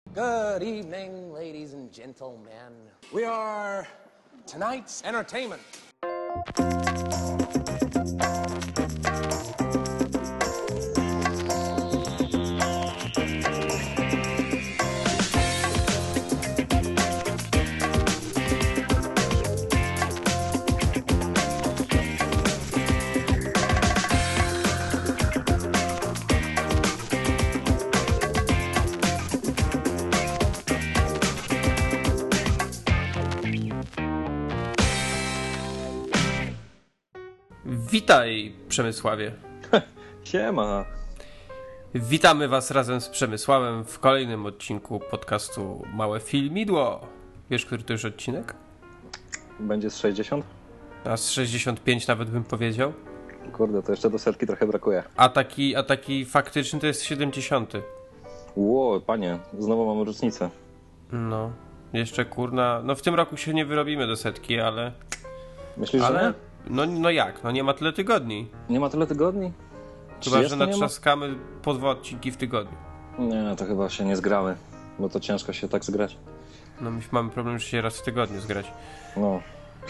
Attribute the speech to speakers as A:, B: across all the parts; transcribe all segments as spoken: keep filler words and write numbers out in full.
A: Good evening, ladies and gentlemen. We are tonight's entertainment.
B: Witaj, Przemysławie.
C: Siema.
B: Witamy Was razem z Przemysławem w kolejnym odcinku podcastu Małe Filmidło. Wiesz, który to już odcinek?
C: Będzie z sześćdziesiąt?
B: A z sześćdziesiąt pięć nawet bym powiedział.
C: Kurde, to jeszcze do setki trochę brakuje.
B: A taki, a taki faktyczny to jest siedemdziesiąty.
C: Ło, panie, znowu mamy rocznicę.
B: No, jeszcze kurna... No w tym roku się nie wyrobimy do setki, ale...
C: Myślisz,
B: ale...
C: że nie?
B: No, no jak? No nie ma tyle tygodni.
C: Nie ma tyle tygodni?
B: Chyba, że natrzaskamy po dwa odcinki w tygodniu.
C: Nie, to chyba się nie zgramy, bo to ciężko się tak zgrać.
B: No my mamy problem, że się raz w tygodniu zgrać.
C: No.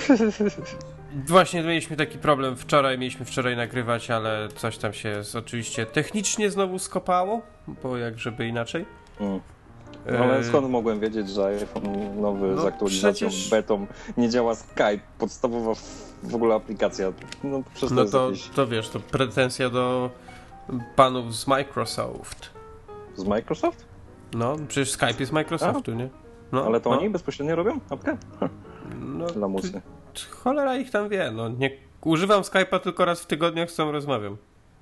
B: Właśnie mieliśmy taki problem wczoraj, mieliśmy wczoraj nagrywać, ale coś tam się z, oczywiście technicznie znowu skopało, bo jak żeby inaczej.
C: Mm. No, ale skąd mogłem wiedzieć, że iPhone nowy
B: no
C: z aktualizacją
B: przecież...
C: betą nie działa Skype, podstawowa w ogóle aplikacja. No, przez
B: no
C: to,
B: to,
C: jakieś...
B: to wiesz, to pretensja do panów z Microsoft.
C: Z Microsoft?
B: No, przecież Skype jest Microsoftu,
C: A?
B: nie? No,
C: Ale to
B: no.
C: oni bezpośrednio robią apkę?
B: No,
C: Lamusy.
B: ty, cholera ich tam wie, no. Nie, używam Skype'a tylko raz w tygodniu, jak z tą rozmawiam.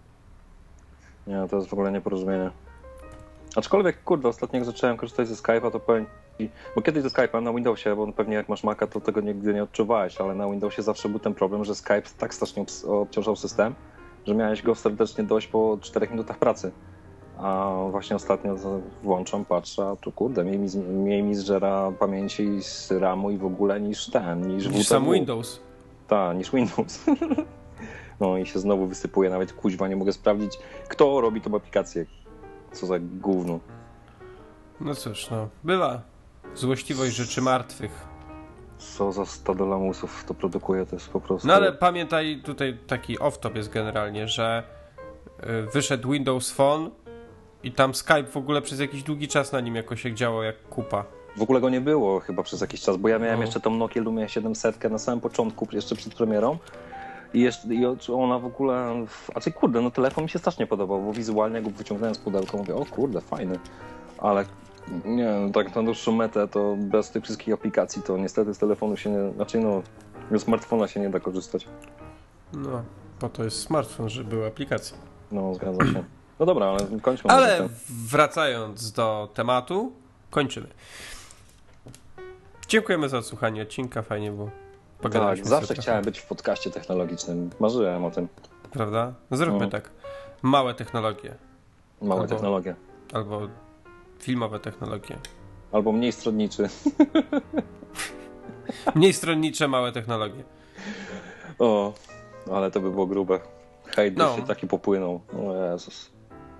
C: Nie, to jest w ogóle nieporozumienie. Aczkolwiek, kurde, ostatnio jak zacząłem korzystać ze Skype'a, to powiem ci, bo kiedyś ze Skype'a na Windowsie, bo pewnie jak masz Maca, to tego nigdy nie odczuwałeś, ale na Windowsie zawsze był ten problem, że Skype tak strasznie obciążał system, że miałeś go serdecznie dość po czterech minutach pracy. A właśnie ostatnio włączam, patrzę, a tu kurde, mniej mi, mniej mi zżera pamięci z ramu i w ogóle niż ten, niż,
B: Niż sam Windows.
C: Tak, niż Windows. No i się znowu wysypuje, nawet kuźwa nie mogę sprawdzić, kto robi tą aplikację. Co za gówno.
B: No cóż, no, bywa. Złośliwość rzeczy martwych.
C: Co za stado lamusów to produkuje, to jest po prostu...
B: No ale pamiętaj, tutaj taki off-top jest generalnie, że wyszedł Windows Phone i tam Skype w ogóle przez jakiś długi czas na nim jakoś jak działał jak kupa.
C: W ogóle go nie było chyba przez jakiś czas, bo ja miałem
B: no.
C: jeszcze tą Nokię Lumia siedemset na samym początku, jeszcze przed premierą. I, jeszcze, I ona w ogóle... A czy kurde, no telefon mi się strasznie podobał, bo wizualnie jak go wyciągnąłem z pudełka, mówię, o kurde, fajny. Ale nie tak na dłuższą metę, to bez tych wszystkich aplikacji, to niestety z telefonu się nie... Znaczy no, z smartfona się nie da korzystać.
B: No, po to jest smartfon, żeby były aplikacje.
C: No, zgadza się. No dobra, ale kończmy.
B: Ale wracając do tematu, kończymy. Dziękujemy za odsłuchanie odcinka, fajnie było.
C: Tak, zawsze chciałem być w podcaście technologicznym. Marzyłem o tym.
B: Prawda? Zróbmy no. tak. Małe technologie.
C: Małe
B: albo,
C: technologie.
B: Albo filmowe technologie.
C: Albo mniej stronniczy.
B: Mniej stronnicze, małe technologie.
C: O, ale to by było grube. Hejt by
B: no.
C: się taki popłynął. O Jezus.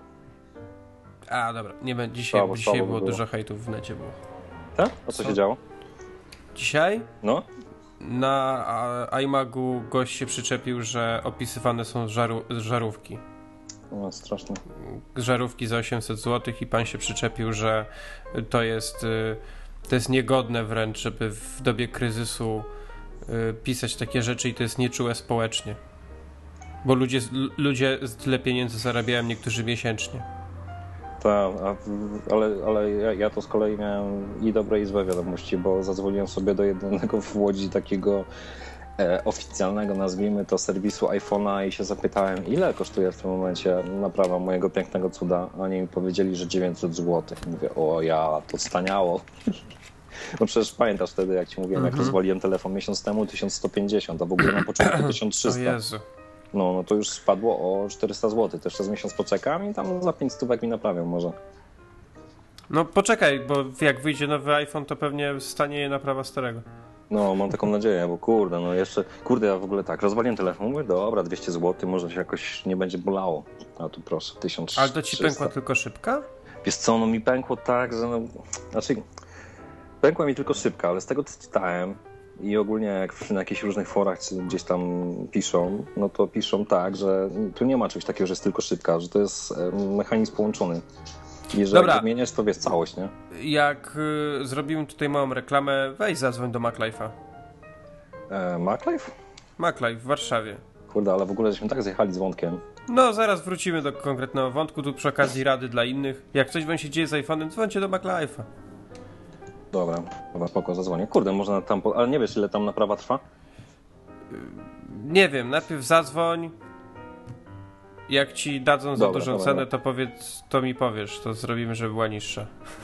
B: A, dobra. Nie będzie. Dzisiaj,
C: słabo,
B: dzisiaj
C: słabo
B: było
C: by było.
B: dużo hejtów w necie. Było.
C: Tak? A co, co się działo?
B: Dzisiaj?
C: No.
B: Na iMagu gość się przyczepił, że opisywane są żaru, żarówki.
C: O, straszne.
B: Żarówki za osiemset złotych i pan się przyczepił, że to jest, to jest niegodne wręcz, żeby w dobie kryzysu pisać takie rzeczy i to jest nieczułe społecznie. Bo ludzie, ludzie tyle pieniędzy zarabiają, niektórzy miesięcznie.
C: Tak, ale, ale ja, ja to z kolei miałem i dobre i złe wiadomości, bo zadzwoniłem sobie do jednego w Łodzi takiego e, oficjalnego, nazwijmy to, serwisu iPhone'a i się zapytałem, ile kosztuje w tym momencie naprawa mojego pięknego cuda. Oni mi powiedzieli, że dziewięćset złotych. Mówię, o ja, to staniało. No przecież pamiętasz wtedy, jak ci mówiłem, mm-hmm. jak rozwaliłem telefon miesiąc temu, tysiąc sto pięćdziesiąt, a w ogóle na początku tysiąc trzysta.
B: O Jezu.
C: No, no to już spadło o czterysta złotych. To jeszcze z miesiąc poczekam i tam za pięć stówek mi naprawią może.
B: No poczekaj, bo jak wyjdzie nowy iPhone, to pewnie stanie je naprawa starego.
C: No, mam taką nadzieję, bo kurde, no jeszcze, kurde, ja w ogóle tak, rozwaliłem telefon, mówię, dobra, dwieście złotych, może się jakoś nie będzie bolało. A tu proszę, tysiąc trzysta.
B: Ale to ci pękła tylko szybka?
C: Wiesz co, no mi pękło tak, że no, znaczy pękła mi tylko szybka, ale z tego co czytałem i ogólnie jak na jakichś różnych forach czy gdzieś tam piszą, no to piszą tak, że tu nie ma czegoś takiego, że jest tylko szybka, że to jest mechanizm połączony. I że
B: Dobra.
C: jak wymieniasz, to wiesz całość, nie?
B: Jak y, zrobimy tutaj małą reklamę, weź zadzwoń do MacLife'a.
C: E, MacLife?
B: MacLife w Warszawie.
C: Kurde, ale w ogóle żeśmy tak zjechali z wątkiem.
B: No, zaraz wrócimy do konkretnego wątku, tu przy okazji rady dla innych. Jak coś wam się dzieje z iPhone'em, dzwońcie do MacLife'a.
C: Dobra, dobra, spoko, zadzwonię. Kurde, można tam, po... ale nie wiesz ile tam naprawa trwa?
B: Nie wiem, najpierw zadzwoń. Jak ci dadzą za
C: Dobra,
B: dużą
C: dobra,
B: cenę,
C: dobra.
B: to powiedz, to mi powiesz, to zrobimy, żeby była niższa.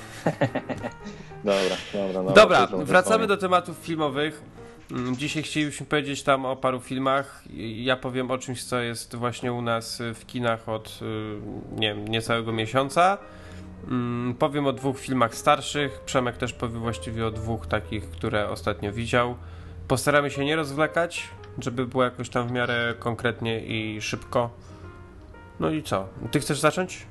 C: Dobra, dobra, dobra.
B: Dobra,
C: jutro
B: wracamy
C: zadzwonię.
B: do tematów filmowych. Mm, Dzisiaj chcielibyśmy powiedzieć tam o paru filmach. Ja powiem o czymś, co jest właśnie u nas w kinach od y, nie wiem, niecałego miesiąca. Mm, Powiem o dwóch filmach starszych. Przemek też powie właściwie o dwóch takich, które ostatnio widział. Postaramy się nie rozwlekać, żeby było jakoś tam w miarę konkretnie i szybko. No i co? Ty chcesz zacząć?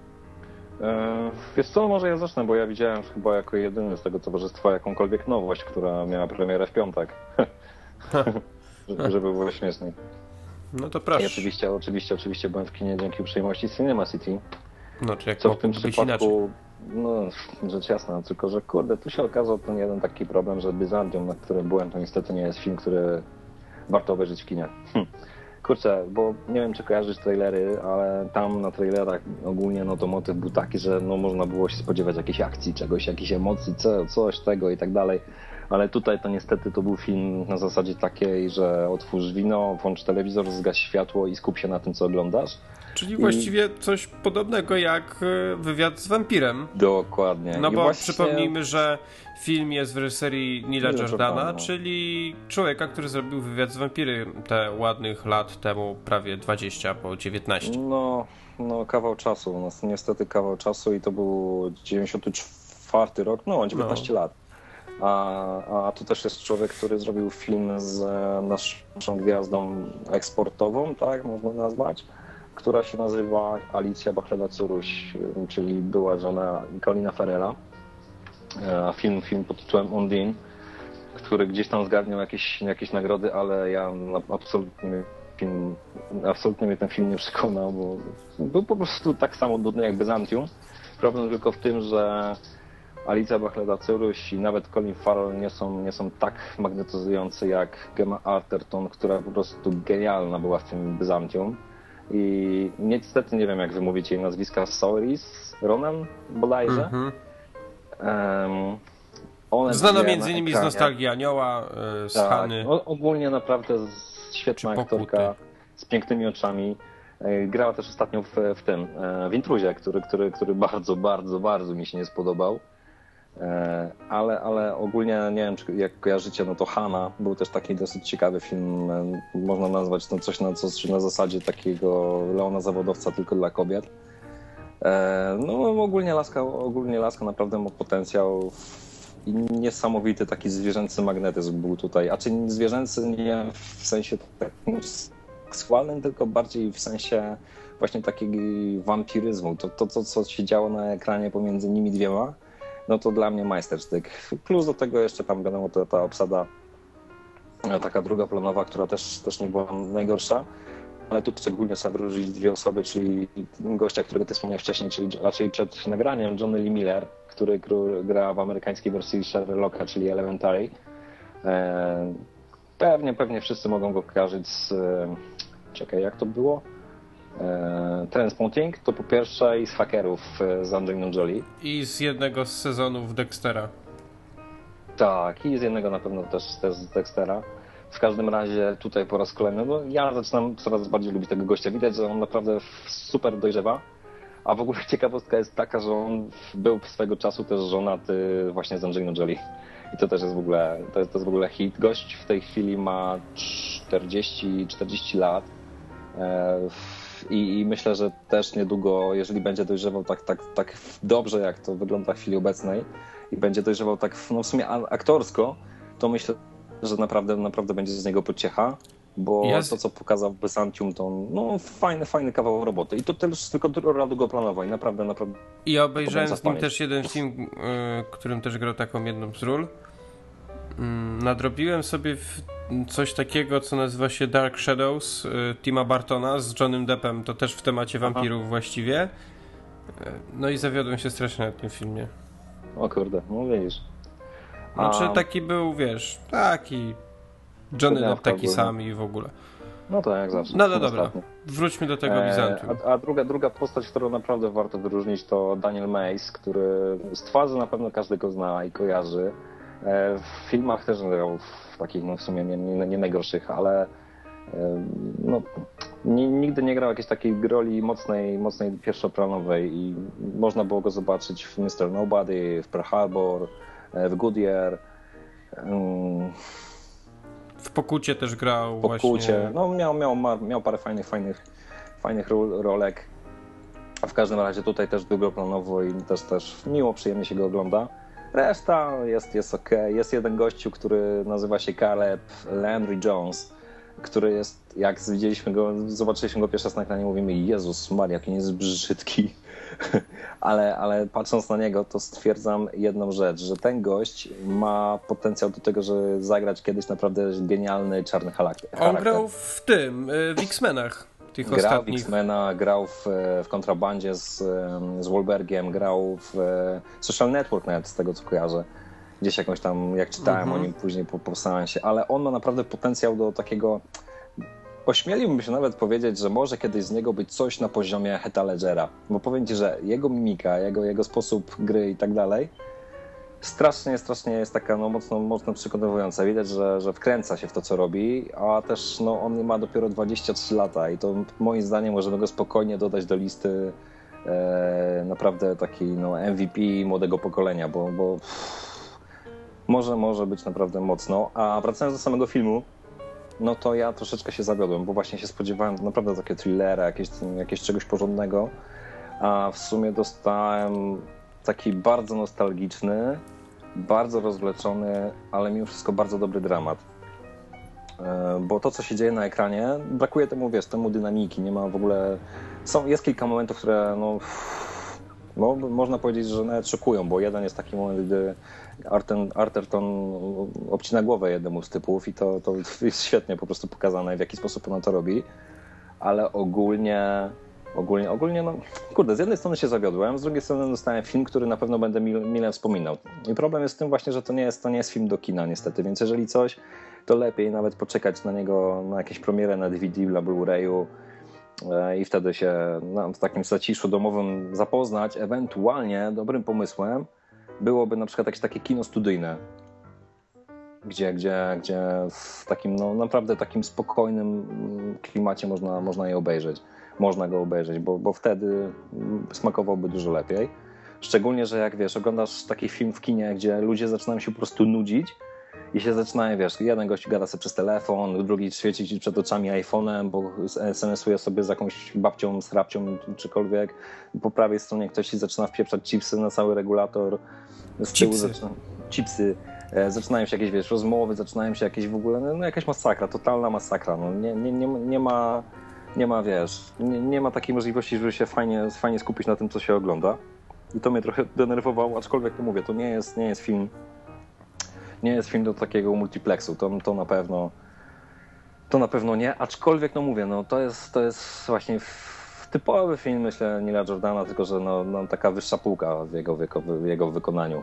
C: E, wiesz co, może ja zacznę, bo ja widziałem chyba jako jedyny z tego towarzystwa jakąkolwiek nowość, która miała premierę w piątek. żeby, żeby było śmieszniej.
B: No to
C: I
B: proszę.
C: oczywiście, oczywiście, oczywiście byłem w kinie dzięki uprzejmości Cinema City,
B: No, czy jak
C: co w tym
B: mogłoby być inaczej?
C: przypadku, no rzecz jasna, tylko że kurde, tu się okazał ten jeden taki problem, że Byzantium, na którym byłem, to niestety nie jest film, który warto obejrzeć w kinie. Hm. Kurczę, bo nie wiem, czy kojarzysz trailery, ale tam na trailerach ogólnie no to motyw był taki, że no można było się spodziewać jakiejś akcji, czegoś, jakichś emocji, co, coś tego i tak dalej. Ale tutaj to niestety to był film na zasadzie takiej, że otwórz wino, włącz telewizor, zgaś światło i skup się na tym, co oglądasz.
B: Czyli
C: I-
B: właściwie coś podobnego jak y, wywiad z wampirem.
C: Dokładnie.
B: No
C: I
B: bo
C: właśnie-
B: przypomnijmy, że film jest w reżyserii Nila
C: Nila
B: Jordana,
C: Jordana.
B: czyli człowieka, który zrobił wywiad z wampirem te ładnych lat temu, prawie dwadzieścia po dziewiętnaście.
C: No, no kawał czasu, no, niestety kawał czasu i to był dziewięćdziesiąty czwarty rok, no dziewiętnaście lat. A, a tu też jest człowiek, który zrobił film z e, naszą gwiazdą eksportową, tak można nazwać, która się nazywa Alicja Bachleda-Curuś, y, czyli była żona Colina Farrella. E, Film, film pod tytułem Undine, który gdzieś tam zgarniał jakieś, jakieś nagrody, ale ja na- absolutnie mnie film, absolutnie mnie ten film nie przekonał, bo był po prostu tak samo nudny jak Byzantium. Problem tylko w tym, że Alicja Bachleda-Curuś i nawet Colin Farrell nie są, nie są tak magnetyzujący jak Gemma Arterton, która po prostu genialna była w tym Byzantium. I niestety nie wiem, jak wymówić jej nazwiska, Saoirse Ronan bodajże.
B: Mhm.
C: Um, one
B: Znana
C: dwie
B: między
C: na
B: innymi z
C: ekranie.
B: Nostalgii Anioła, y, z
C: Tak,
B: Hany.
C: o, ogólnie naprawdę z- świetna
B: Czy Pokuty.
C: aktorka z pięknymi oczami. E, Grała też ostatnio w, w tym, e, w Intruzie, który, który, który bardzo, bardzo, bardzo mi się nie spodobał. E, Ale, ale ogólnie nie wiem, czy jak kojarzycie, no to Hana był też taki dosyć ciekawy film. e, Można nazwać to coś na, coś na zasadzie takiego Leona Zawodowca tylko dla kobiet. E, No ogólnie laska, ogólnie laska naprawdę ma potencjał i niesamowity taki zwierzęcy magnetyzm był tutaj. A czy zwierzęcy nie w sensie takim seksualnym, tylko bardziej w sensie właśnie takiego wampiryzmu. To, to, to co się działo na ekranie pomiędzy nimi dwiema, no to dla mnie majstersztyk. Plus do tego jeszcze tam wiadomo ta, ta obsada e, taka drugoplanowa, która też, też nie była najgorsza. Ale tu szczególnie trzeba wyróżnić dwie osoby, czyli gościa, którego ty wspomniałeś wcześniej, czyli raczej przed nagraniem, Johnny Lee Miller, który gru- gra w amerykańskiej wersji Sherlocka, czyli Elementary. E, Pewnie, pewnie wszyscy mogą go kojarzyć z... e, Czekaj, jak to było? E, Trainspotting to po pierwsze i z Hackerów e, z Angeliną Jolie.
B: I z jednego z sezonów Dextera.
C: Tak, i z jednego na pewno też, też z Dextera. W każdym razie tutaj po raz kolejny, no ja zaczynam coraz bardziej lubić tego gościa. Widać, że on naprawdę super dojrzewa. A w ogóle ciekawostka jest taka, że on był swego czasu też żonaty właśnie z Angeliną Jolie. I to też jest w ogóle, to jest, to jest w ogóle hit. Gość w tej chwili ma czterdzieści, czterdzieści lat. E, I, I myślę, że też niedługo, jeżeli będzie dojrzewał tak, tak, tak dobrze, jak to wygląda w chwili obecnej, i będzie dojrzewał tak no w sumie aktorsko, to myślę, że naprawdę, naprawdę będzie z niego pociecha. bo
B: Jest...
C: to, co pokazał w Byzantium, to no, fajny, fajny kawał roboty. I to też tylko długoplanowo i naprawdę, naprawdę...
B: I obejrzałem z nim też jeden film, którym też grał taką jedną z ról. Nadrobiłem sobie coś takiego, co nazywa się Dark Shadows Tima Bartona z Johnnym Deppem, to też w temacie wampirów Aha. właściwie. No i zawiodłem się strasznie na tym filmie.
C: O kurde, no widzisz.
B: Znaczy A... taki był, wiesz, taki Johnny Depp taki sam i w ogóle.
C: No to jak zawsze.
B: No, no dobra, ostatnio. Wróćmy do tego Bizantium.
C: E, a a druga, druga postać, którą naprawdę warto wyróżnić, to Daniel Mays, który z twarzy na pewno każdy go zna i kojarzy. E, w filmach też grał w takich, no w sumie nie, nie, nie najgorszych, ale e, no, nie, nigdy nie grał jakiejś takiej roli mocnej, mocnej pierwszoplanowej i można było go zobaczyć w mister Nobody, w Pearl Harbor, w Goodyear. Um,
B: W Pokucie też grał
C: w Pokucie.
B: Właśnie.
C: No miał, miał, miał parę fajnych, fajnych, fajnych rolek. A w każdym razie tutaj też długoplanowo i też, też miło, przyjemnie się go ogląda. Reszta jest, jest okej. Okay. Jest jeden gościu, który nazywa się Caleb Landry Jones, który jest, jak widzieliśmy go, zobaczyliśmy go pierwszy raz na ekranie, mówimy: Jezus Maria, jaki nie jest brzydki. ale, ale patrząc na niego, to stwierdzam jedną rzecz, że ten gość ma potencjał do tego, żeby zagrać kiedyś naprawdę genialny czarny charakter.
B: On grał w tym, w X-Menach. Tych
C: grał
B: ostatnich.
C: w X-Mena, grał w, w Kontrabandzie z, z Wahlbergiem, grał w Social Network nawet, z tego co kojarzę. Gdzieś jakąś tam, jak czytałem mm-hmm. o nim później po, po seansie, ale on ma naprawdę potencjał do takiego... Ośmieliłbym się nawet powiedzieć, że może kiedyś z niego być coś na poziomie Heatha Ledgera, bo powiem ci, że jego mimika, jego, jego sposób gry i tak dalej strasznie, strasznie jest taka no, mocno, mocno przekonywująca. Widać, że, że wkręca się w to, co robi, a też no, on ma dopiero dwadzieścia trzy lata i to moim zdaniem możemy go spokojnie dodać do listy e, naprawdę takiej no, M V P młodego pokolenia, bo, bo może, może być naprawdę mocno. A wracając do samego filmu, no to ja troszeczkę się zawiodłem, bo właśnie się spodziewałem naprawdę takiego thrillera, jakieś, jakieś czegoś porządnego, a w sumie dostałem taki bardzo nostalgiczny, bardzo rozwleczony, ale mimo wszystko bardzo dobry dramat. Bo to, co się dzieje na ekranie, brakuje temu, wiesz, temu dynamiki, nie ma w ogóle... Są, jest kilka momentów, które no, no, można powiedzieć, że nawet szokują, bo jeden jest taki moment, gdy Arten, Arterton obcina głowę jednemu z typów i to, to jest świetnie po prostu pokazane, w jaki sposób on to robi, ale ogólnie ogólnie, ogólnie no kurde, z jednej strony się zawiodłem, z drugiej strony dostałem film, który na pewno będę mile, mile wspominał. I problem jest w tym właśnie, że to nie jest, to nie jest film do kina niestety, więc jeżeli coś, to lepiej nawet poczekać na niego, na jakieś premierę na D V D, na Blu-rayu i wtedy się no, w takim zaciszu domowym zapoznać. Ewentualnie dobrym pomysłem byłoby na przykład jakieś takie kino studyjne, gdzie, gdzie, gdzie w takim no, naprawdę takim spokojnym klimacie można, można je obejrzeć. Można go obejrzeć, bo, bo wtedy smakowałby dużo lepiej. Szczególnie, że jak wiesz, oglądasz taki film w kinie, gdzie ludzie zaczynają się po prostu nudzić i się zaczynają, wiesz, jeden gość gada sobie przez telefon, drugi świeci ci przed oczami iPhone'em, bo es em esuje sobie z jakąś babcią, z hrabcią, czykolwiek. Po prawej stronie ktoś ci zaczyna wpieprzać chipsy na cały regulator. Z tyłu
B: chipsy.
C: Zaczyna, chipsy. Zaczynają się jakieś, wiesz, rozmowy, zaczynają się jakieś w ogóle, no jakaś masakra, totalna masakra. No, nie, nie, nie, nie ma... Nie ma, wiesz, nie, nie ma takiej możliwości, żeby się fajnie, fajnie skupić na tym, co się ogląda. I to mnie trochę denerwowało, aczkolwiek to mówię, to nie jest, nie jest film, nie jest film do takiego multiplexu, to, to na pewno, to na pewno nie, aczkolwiek no mówię, no to jest, to jest właśnie typowy film, myślę, Neila Jordana, tylko że no, no taka wyższa półka w jego, w jego wykonaniu.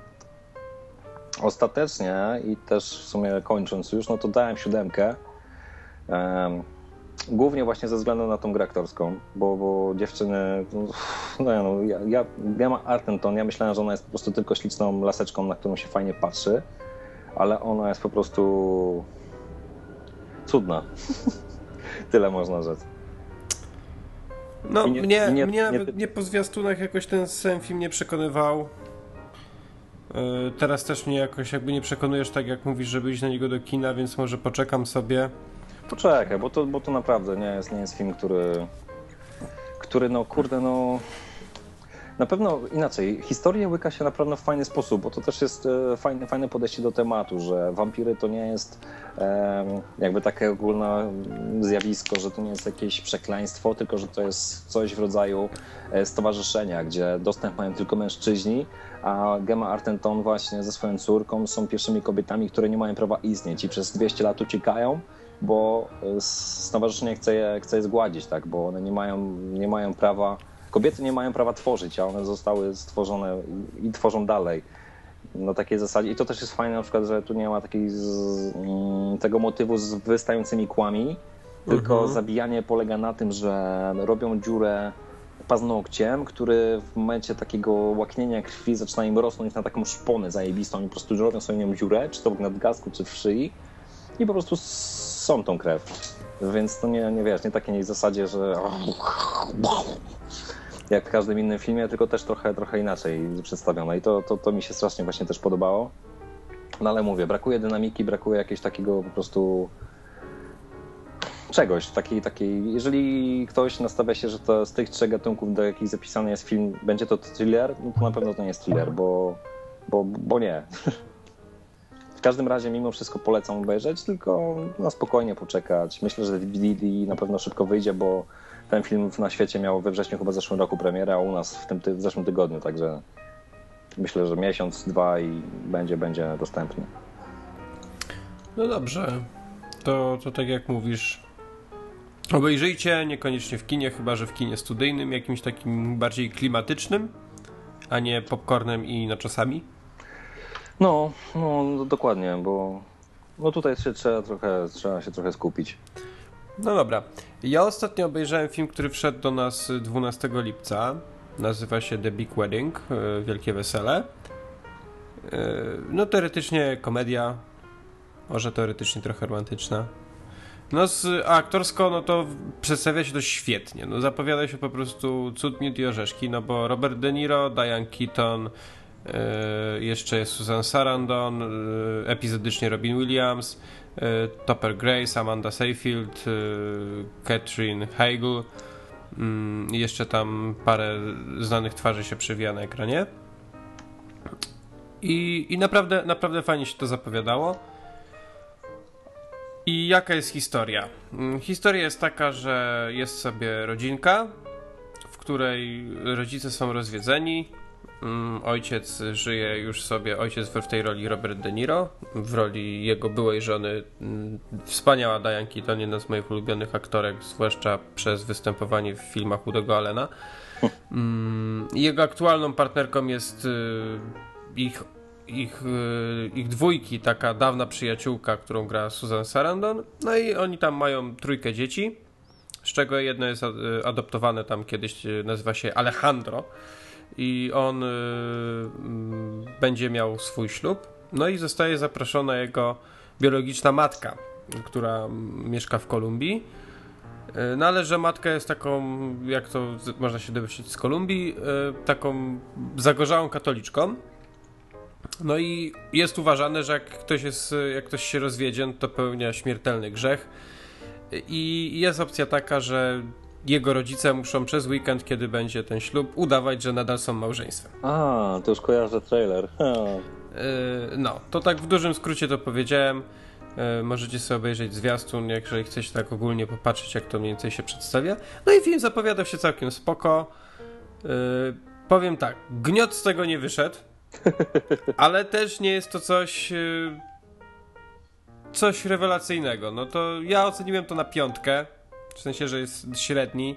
C: Ostatecznie i też w sumie kończąc już, no to dałem siódemkę. Um, Głównie właśnie ze względu na tą grę aktorską, bo, bo dziewczyny, no, no ja, ja, ja mam Arterton, ja myślałem, że ona jest po prostu tylko śliczną laseczką, na którą się fajnie patrzy, ale ona jest po prostu cudna. Tyle można rzec.
B: No
C: nie,
B: mnie,
C: nie,
B: mnie
C: nie,
B: nawet
C: nie,
B: nie po zwiastunach jakoś ten sam film nie przekonywał. Yy, teraz też mnie jakoś jakby nie przekonujesz tak jak mówisz, żeby iść na niego do kina, więc może poczekam sobie.
C: Poczekaj, bo to, bo to naprawdę nie jest, nie jest film, który, który no kurde, no Na pewno inaczej, historię łyka się naprawdę w fajny sposób, bo to też jest e, fajne, fajne podejście do tematu, że wampiry to nie jest e, jakby takie ogólne zjawisko, że to nie jest jakieś przekleństwo, tylko że to jest coś w rodzaju e, stowarzyszenia, gdzie dostęp mają tylko mężczyźni, a Gemma Arterton właśnie ze swoją córką są pierwszymi kobietami, które nie mają prawa istnieć i przez dwieście lat uciekają, bo stowarzyszenie chce je, chce je zgładzić, tak? Bo one nie mają, nie mają prawa, kobiety nie mają prawa tworzyć, a one zostały stworzone i, i tworzą dalej. Na takiej zasadzie. I to też jest fajne na przykład, że tu nie ma takiej z, m, tego motywu z wystającymi kłami, tylko mhm. zabijanie polega na tym, że robią dziurę paznokciem, który w momencie takiego łaknienia krwi zaczyna im rosnąć na taką szponę zajebistą i po prostu robią sobie nią dziurę, czy to w nadgarstku, czy w szyi i po prostu są tą krew. Więc to nie, nie wiesz, nie takiej zasadzie, że jak w każdym innym filmie, tylko też trochę, trochę inaczej przedstawione i to, to, to mi się strasznie właśnie też podobało. No ale mówię, brakuje dynamiki, brakuje jakiegoś takiego po prostu czegoś, takiej, takiej, jeżeli ktoś nastawia się, że to z tych trzech gatunków, do jakich zapisany jest film, będzie to thriller, no to na pewno to nie jest thriller, bo, bo, bo nie. W każdym razie mimo wszystko polecam obejrzeć, tylko na spokojnie poczekać. Myślę, że D V D na pewno szybko wyjdzie, bo ten film na świecie miał we wrześniu chyba zeszłym roku premierę, a u nas w tym ty- w zeszłym tygodniu, także myślę, że miesiąc, dwa i będzie, będzie dostępny.
B: No dobrze, to, to tak jak mówisz, obejrzyjcie, niekoniecznie w kinie, chyba że w kinie studyjnym, jakimś takim bardziej klimatycznym, a nie popcornem i naczosami.
C: No, no dokładnie, bo no tutaj się trzeba, trochę, trzeba się trochę skupić.
B: No dobra, ja ostatnio obejrzałem film, który wszedł do nas dwunastego lipca, nazywa się The Big Wedding, Wielkie Wesele. No teoretycznie komedia, może teoretycznie trochę romantyczna. No z, a aktorsko, no to przedstawia się to świetnie, no zapowiada się po prostu cud, miód i orzeszki, no bo Robert De Niro, Diane Keaton, yy, jeszcze jest Susan Sarandon, yy, epizodycznie Robin Williams, yy, Topper Grace, Amanda Seyfield, yy, Katherine Heigl i yy, jeszcze tam parę znanych twarzy się przewija na ekranie. I, i naprawdę, naprawdę fajnie się to zapowiadało. I jaka jest historia? Historia jest taka, że jest sobie rodzinka, w której rodzice są rozwiedzeni. Ojciec żyje już sobie, ojciec w tej roli Robert De Niro, w roli jego byłej żony wspaniała Diane Keaton, jedna z moich ulubionych aktorek, zwłaszcza przez występowanie w filmach Woody'ego Allena. Jego aktualną partnerką jest ich Ich, ich dwójki, taka dawna przyjaciółka, którą gra Susan Sarandon. No i oni tam mają trójkę dzieci, z czego jedno jest adoptowane tam kiedyś, nazywa się Alejandro i on y, y, będzie miał swój ślub. No i zostaje zaproszona jego biologiczna matka, która mieszka w Kolumbii. No ale że matka jest taką, jak to można się domyślić z Kolumbii, y, taką zagorzałą katoliczką. No i jest uważane, że jak ktoś, jest, jak ktoś się rozwiedzie, no to popełnia śmiertelny grzech i jest opcja taka, że jego rodzice muszą przez weekend, kiedy będzie ten ślub, udawać, że nadal są małżeństwem.
C: A, to już kojarzę trailer.
B: No, to tak w dużym skrócie to powiedziałem. Możecie sobie obejrzeć zwiastun, jeżeli chcecie tak ogólnie popatrzeć, jak to mniej więcej się przedstawia. No i film zapowiadał się całkiem spoko. Powiem tak, gniot z tego nie wyszedł. Ale też nie jest to coś coś rewelacyjnego. No to ja oceniłem to na piątkę, w sensie, że jest średni,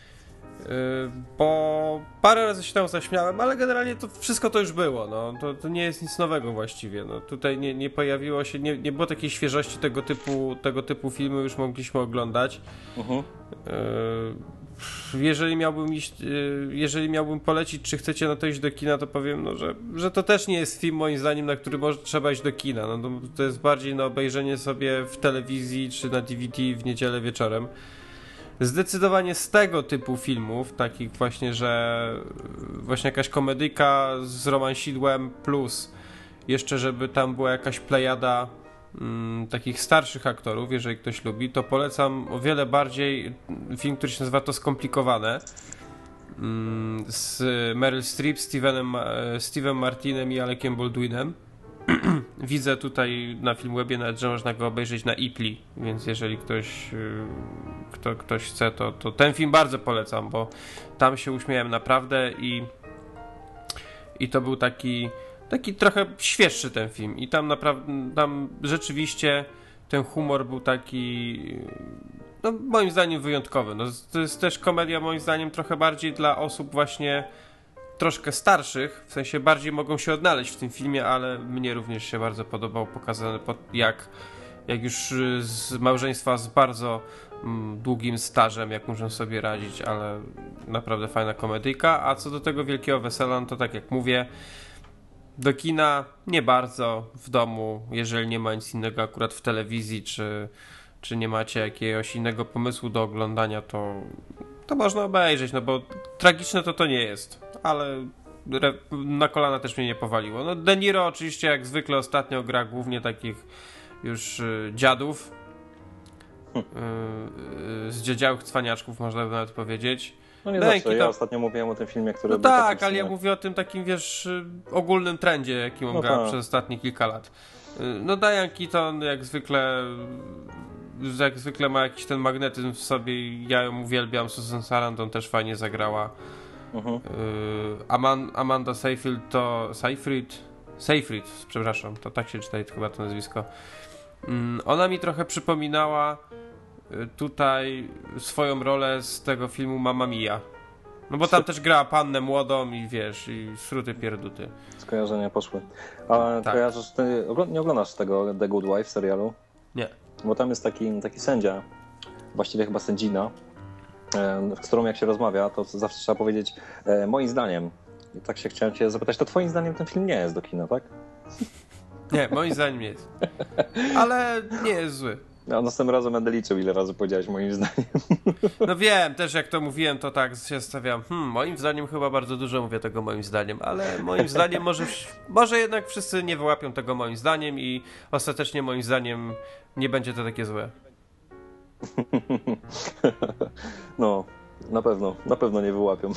B: bo parę razy się tam zaśmiałem, ale generalnie to wszystko to już było. No to, to nie jest nic nowego właściwie. No tutaj nie, nie pojawiło się, nie, nie było takiej świeżości tego typu, tego typu filmy już mogliśmy oglądać. Uh-huh. Jeżeli miałbym iść, jeżeli miałbym polecić, czy chcecie na to iść do kina, to powiem, no, że, że to też nie jest film, moim zdaniem, na który może, trzeba iść do kina. No, to, to jest bardziej na obejrzenie sobie w telewizji czy na D V D w niedzielę wieczorem. Zdecydowanie z tego typu filmów, takich właśnie, że właśnie jakaś komedyjka z romansidłem plus jeszcze, żeby tam była jakaś plejada mm, takich starszych aktorów, jeżeli ktoś lubi, to polecam o wiele bardziej film, który się nazywa To skomplikowane. z Meryl Streep, Stevenem, Steve'em Martinem i Alekiem Baldwinem. Widzę tutaj na Filmwebie nawet, że można go obejrzeć na Ipli, więc jeżeli ktoś, kto, ktoś chce, to, to ten film bardzo polecam, bo tam się uśmiałem naprawdę i i to był taki taki trochę świeższy ten film i tam naprawdę, tam rzeczywiście ten humor był taki, no moim zdaniem wyjątkowy. No, to jest też komedia moim zdaniem trochę bardziej dla osób właśnie troszkę starszych, w sensie bardziej mogą się odnaleźć w tym filmie, ale mnie również się bardzo podobał pokazany, jak, jak już z małżeństwa z bardzo mm, długim stażem, jak muszą sobie radzić, ale naprawdę fajna komedyjka. A co do tego Wielkiego Wesela, no to tak jak mówię, do kina nie bardzo, w domu, jeżeli nie ma nic innego akurat w telewizji, czy, czy nie macie jakiegoś innego pomysłu do oglądania, to, to można obejrzeć, no bo tragiczne to to nie jest, ale re, na kolana też mnie nie powaliło. No De Niro oczywiście jak zwykle ostatnio gra głównie takich już y, dziadów, y, y, z dziedziałych cwaniaczków można by nawet powiedzieć.
C: No nie
B: Dęki
C: zawsze, ja
B: to...
C: ostatnio mówiłem o tym filmie, który...
B: No
C: był
B: tak,
C: takim
B: ale ja
C: filmem.
B: mówię o tym takim, wiesz, ogólnym trendzie, jakim on
C: No
B: grał
C: tak.
B: przez ostatnie kilka lat. No Diane Keaton jak zwykle jak zwykle ma jakiś ten magnetyzm w sobie, ja ją uwielbiam. Susan Sarandon też fajnie zagrała.
C: Mhm.
B: Aman- Amanda Seyfried to... Seyfried? Seyfried, przepraszam, to tak się czyta chyba to nazwisko. Ona mi trochę przypominała tutaj swoją rolę z tego filmu Mamma Mia. No bo tam też grała pannę młodą i wiesz, i sruty pierduty.
C: Skojarzenia poszły. A
B: Tak.
C: kojarzysz, ty nie oglądasz tego The Good Wife serialu?
B: Nie.
C: Bo tam jest taki, taki sędzia, właściwie chyba sędzina, e, z którą jak się rozmawia, to zawsze trzeba powiedzieć e, moim zdaniem. I tak się chciałem cię zapytać, to twoim zdaniem ten film nie jest do kina, tak?
B: Nie, moim zdaniem nie jest. Ale nie jest zły.
C: Ja następnym razem będę liczył, ile razy powiedziałeś moim zdaniem.
B: No wiem, też jak to mówiłem, to tak się stawiam. Hmm, moim zdaniem chyba bardzo dużo mówię tego moim zdaniem, ale moim zdaniem może, może jednak wszyscy nie wyłapią tego moim zdaniem i ostatecznie moim zdaniem nie będzie to takie złe.
C: No, na pewno, na pewno nie wyłapią.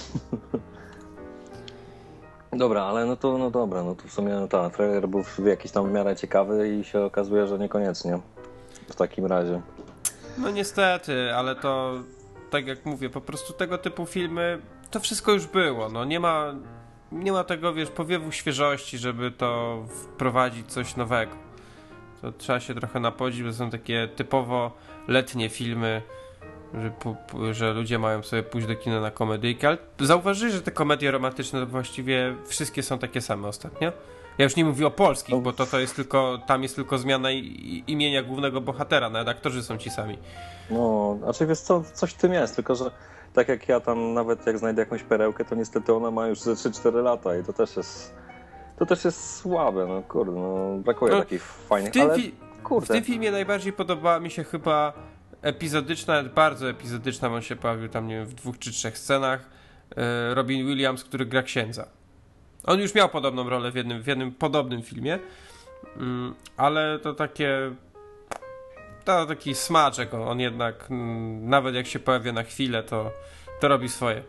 C: Dobra, ale no to, no dobra, no to w sumie ta trailer był w jakiś tam w miarę ciekawy i się okazuje, że niekoniecznie w takim razie.
B: No niestety, ale to tak jak mówię, po prostu tego typu filmy to wszystko już było, no nie ma nie ma tego, wiesz, powiewu świeżości, żeby to wprowadzić coś nowego. To trzeba się trochę napodzić, bo są takie typowo letnie filmy, że, pu, pu, że ludzie mają sobie pójść do kina na komedyjkę, ale zauważyli, że te komedie romantyczne to właściwie wszystkie są takie same ostatnio. Ja już nie mówię o polskich, bo to, to jest tylko, tam jest tylko zmiana i, imienia głównego bohatera, nawet aktorzy są ci sami.
C: No, znaczy wiesz co, coś w tym jest, tylko że tak jak ja tam nawet jak znajdę jakąś perełkę, to niestety ona ma już ze trzy cztery lata i to też jest to też jest słabe, no kurde, no brakuje
B: No,
C: takich fajnych,
B: w tym,
C: ale
B: fi-
C: kurde.
B: w tym filmie najbardziej podobała mi się chyba epizodyczna, nawet bardzo epizodyczna, bo on się pojawił tam, nie wiem, w dwóch czy trzech scenach, e, Robin Williams, który gra księdza. On już miał podobną rolę w jednym, w jednym podobnym filmie, mm, ale to takie to taki smaczek, on, on jednak mm, nawet jak się pojawia na chwilę, to, to robi swoje.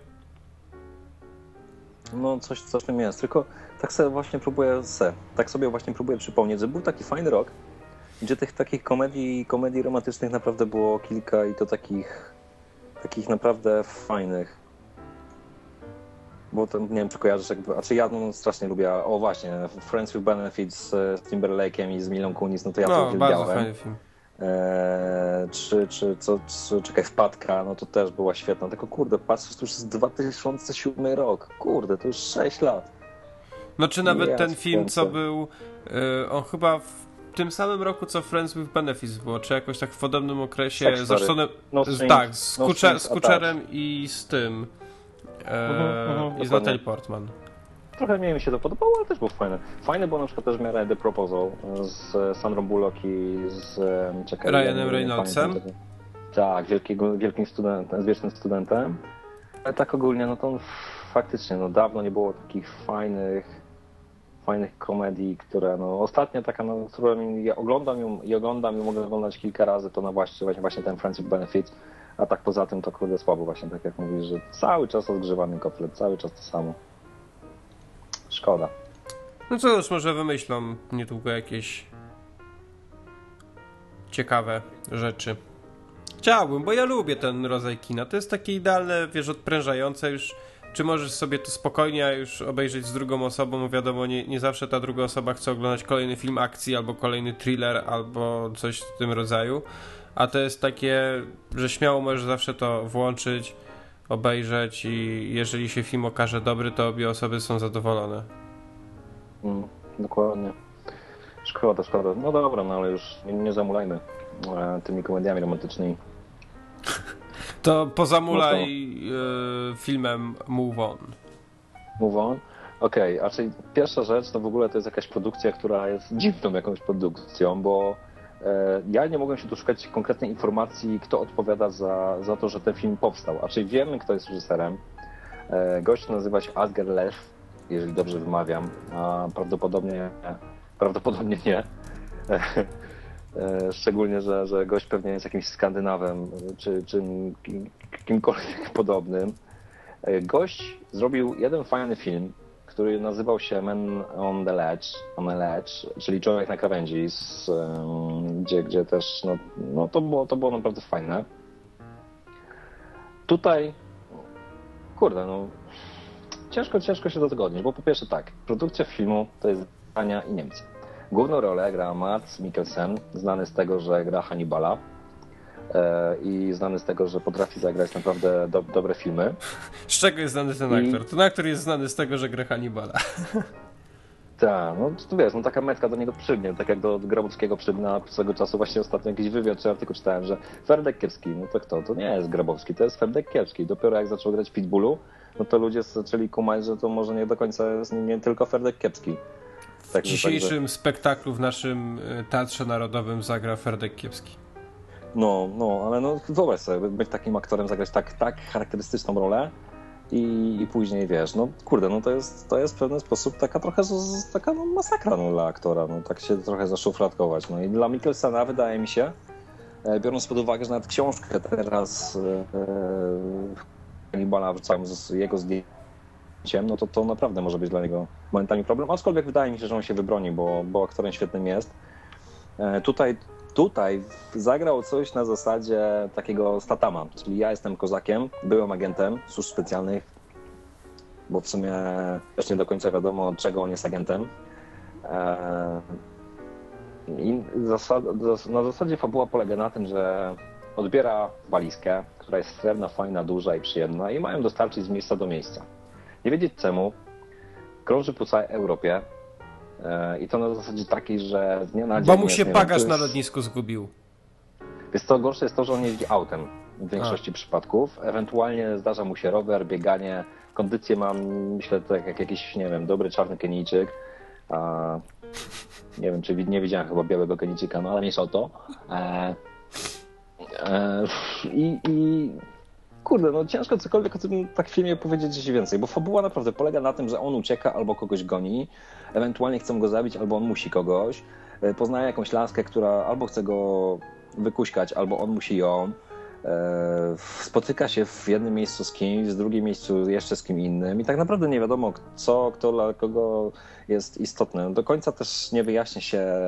C: No coś, coś w tym jest, tylko tak sobie właśnie próbuję se, tak sobie właśnie próbuję przypomnieć, że był taki fajny rok, gdzie tych takich komedii, komedii romantycznych naprawdę było kilka i to takich takich naprawdę fajnych. Bo to, nie wiem, czy kojarzysz, jakby, a czy ja no, strasznie lubię, o właśnie, Friends with Benefits z Timberlake'em i z Milą Kunis, no to ja to
B: No, bardzo
C: uwielbiałem.
B: fajny film.
C: Eee, czy, czy, co, czy, czekaj, Wpadka, no to też była świetna, tylko kurde, patrz, to już jest dwa tysiące siódmy rok, kurde, to już sześć lat.
B: No czy nawet
C: Ja
B: ten film, co
C: kręcę.
B: był, y, on chyba w tym samym roku, co Friends with Benefits było, czy jakoś tak w podobnym okresie,
C: Sex Story.
B: zresztą
C: No
B: z,
C: Strings-
B: tak, z,
C: No
B: Kucze,
C: Strings
B: z Kuczerem i z tym, e,
C: Mhm, mhm,
B: i z
C: dokładnie.
B: Natalie Portman.
C: Trochę mniej mi się to podobało, ale też był fajny. Fajny był na przykład też w miarę The Proposal z Sandrą Bullock i z em, czekaj,
B: Ryanem
C: ja nie
B: Reynoldsem?
C: pamiętam tego. Tak, wielkiego, wielkim studentem, z wiecznym studentem. Ale tak ogólnie, no to faktycznie, no dawno nie było takich fajnych, fajnych komedii, które, no ostatnia taka, no, którą ja oglądam ją i oglądam i mogę oglądać kilka razy, to na właśnie, właśnie ten Friends with Benefits. A tak poza tym to kurde słabo właśnie, tak jak mówisz, że cały czas odgrzewany kotlet, cały czas to samo. Szkoda.
B: No cóż, może wymyślą niedługo jakieś ciekawe rzeczy. Chciałbym, bo ja lubię ten rodzaj kina. To jest takie idealne, wiesz, odprężające już. Czy możesz sobie to spokojnie już obejrzeć z drugą osobą? Wiadomo, nie, nie zawsze ta druga osoba chce oglądać kolejny film akcji, albo kolejny thriller, albo coś w tym rodzaju. A to jest takie, że śmiało możesz zawsze to włączyć, obejrzeć i jeżeli się film okaże dobry, to obie osoby są zadowolone.
C: Mm, dokładnie. Szkoda, szkoda. No dobra, no ale już nie, nie zamulajmy e, tymi komediami romantycznymi.
B: To pozamulaj no to... y, filmem Move On.
C: Move On? Okej, okay, a czyli pierwsza rzecz to w ogóle to jest jakaś produkcja, która jest dziwną jakąś produkcją, bo e, ja nie mogłem się doszukać konkretnej informacji, kto odpowiada za, za to, że ten film powstał. A czyli wiemy, kto jest reżyserem. E, gość nazywa się Asger Lew, jeżeli dobrze wymawiam, a prawdopodobnie, prawdopodobnie nie. Szczególnie, że, że gość pewnie jest jakimś Skandynawem czy, czy kimkolwiek podobnym. Gość zrobił jeden fajny film, który nazywał się Man on the Ledge, on the Ledge, czyli Człowiek na krawędzi, z, gdzie, gdzie też no, no to, było, to było naprawdę fajne. Tutaj, kurde, no ciężko, ciężko się dozgodnić, bo po pierwsze tak, produkcja filmu to jest Dania i Niemcy. Główną rolę gra Mads Mikkelsen, znany z tego, że gra Hannibala e, i znany z tego, że potrafi zagrać naprawdę do, dobre filmy.
B: Z czego jest znany ten
C: I...
B: aktor? Ten aktor jest znany z tego, że gra Hannibala.
C: Tak, no tu wiesz, no taka metka do niego przygnie, tak jak do Grabowskiego przygna swego czasu właśnie ostatnio jakiś wywiad czy artykuł czytałem, że Ferdek Kiepski, no to kto? To nie jest Grabowski, to jest Ferdek Kiepski. Dopiero jak zaczął grać w Pitbullu, no to ludzie zaczęli kumać, że to może nie do końca jest nie tylko Ferdek Kiepski.
B: W dzisiejszym także... spektaklu w naszym Teatrze Narodowym zagra Ferdek Kiepski.
C: No, no, ale no wyobraź sobie, być takim aktorem, zagrać tak, tak charakterystyczną rolę i, i później wiesz, no kurde, no to jest, to jest w pewien sposób taka trochę z, taka no, masakra no, dla aktora, no tak się trochę zaszufladkować. No i dla Mikkelsena wydaje mi się, biorąc pod uwagę, że nawet książkę teraz Hannibala e, wrzucałem z jego zdjęciem, no to to naprawdę może być dla niego momentami problem, aczkolwiek wydaje mi się, że on się wybroni, bo, bo aktorem świetnym jest. E, tutaj, tutaj zagrał coś na zasadzie takiego Statama, czyli ja jestem kozakiem, byłem agentem służb specjalnych, bo w sumie też nie do końca wiadomo, od czego on jest agentem. E, i zasad, na zasadzie fabuła polega na tym, że odbiera walizkę, która jest srebrna, fajna, duża i przyjemna i mają dostarczyć z miejsca do miejsca. Nie wiedzieć czemu, krąży po całej Europie e, i to na zasadzie takiej, że z dnia na dzień...
B: Bo mu się bagaż jest... na lotnisku zgubił.
C: Jest to gorsze jest to, że on jeździ autem w większości A. przypadków. Ewentualnie zdarza mu się rower, bieganie, kondycję mam, myślę, tak jak jakiś, nie wiem, dobry czarny Kenijczyk. A, nie wiem, czy nie widziałem chyba białego Kenijczyka, no ale mniejsza o to. E, e, i, i Kurde, no ciężko cokolwiek o tym tak w filmie powiedzieć gdzieś więcej, bo fabuła naprawdę polega na tym, że on ucieka albo kogoś goni, ewentualnie chcą go zabić, albo on musi kogoś, poznaje jakąś laskę, która albo chce go wykuśkać, albo on musi ją, spotyka się w jednym miejscu z kimś, w drugim miejscu jeszcze z kim innym i tak naprawdę nie wiadomo co, kto dla kogo jest istotne. Do końca też nie wyjaśnia się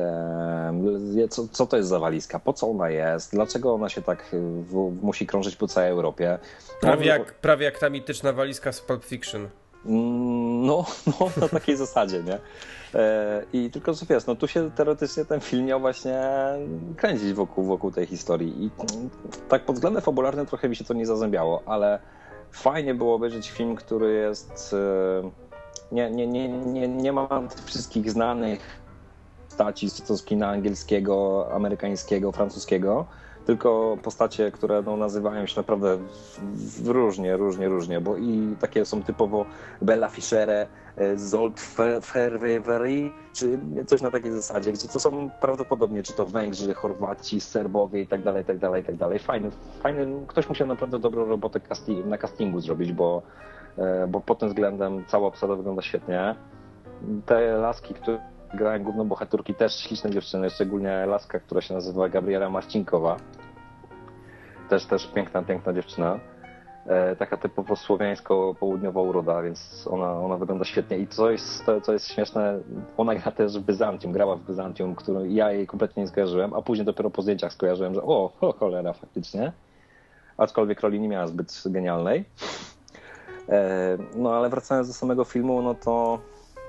C: co, co to jest za walizka, po co ona jest, dlaczego ona się tak w, musi krążyć po całej Europie.
B: Prawie jak, prawie jak ta mityczna walizka z Pulp Fiction.
C: No, no na takiej zasadzie, nie? I tylko, że wiesz, no tu się teoretycznie ten film miał właśnie kręcić wokół, wokół tej historii i tak pod względem fabularnym trochę mi się to nie zazębiało, ale fajnie było obejrzeć film, który jest nie, nie, nie, nie, nie ma tych wszystkich znanych postaci z kina angielskiego, amerykańskiego, francuskiego, tylko postacie, które no, nazywają się naprawdę różnie, różnie, różnie, bo i takie są typowo Bella Fischere, Zolt Fervery, czy coś na takiej zasadzie, gdzie to są prawdopodobnie czy to Węgrzy, Chorwaci, Serbowie i tak dalej, i tak dalej, i tak dalej. Fajny, fajny, ktoś musiał naprawdę dobrą robotę casting, na castingu zrobić, bo, bo pod tym względem cała obsada wygląda świetnie. Te laski, które grają główną bohaterki, też śliczne dziewczyny, szczególnie laska, która się nazywa Gabriela Marcinkowa. też, też piękna, piękna dziewczyna. E, taka typowo słowiańsko-południowa uroda, więc ona, ona wygląda świetnie. I co jest, to, co jest śmieszne, ona gra też w Byzancjum, grała w Byzancjum, którą ja jej kompletnie nie skojarzyłem, a później dopiero po zdjęciach skojarzyłem, że o, o cholera, faktycznie. Aczkolwiek roli nie miała zbyt genialnej. E, no ale wracając do samego filmu, no to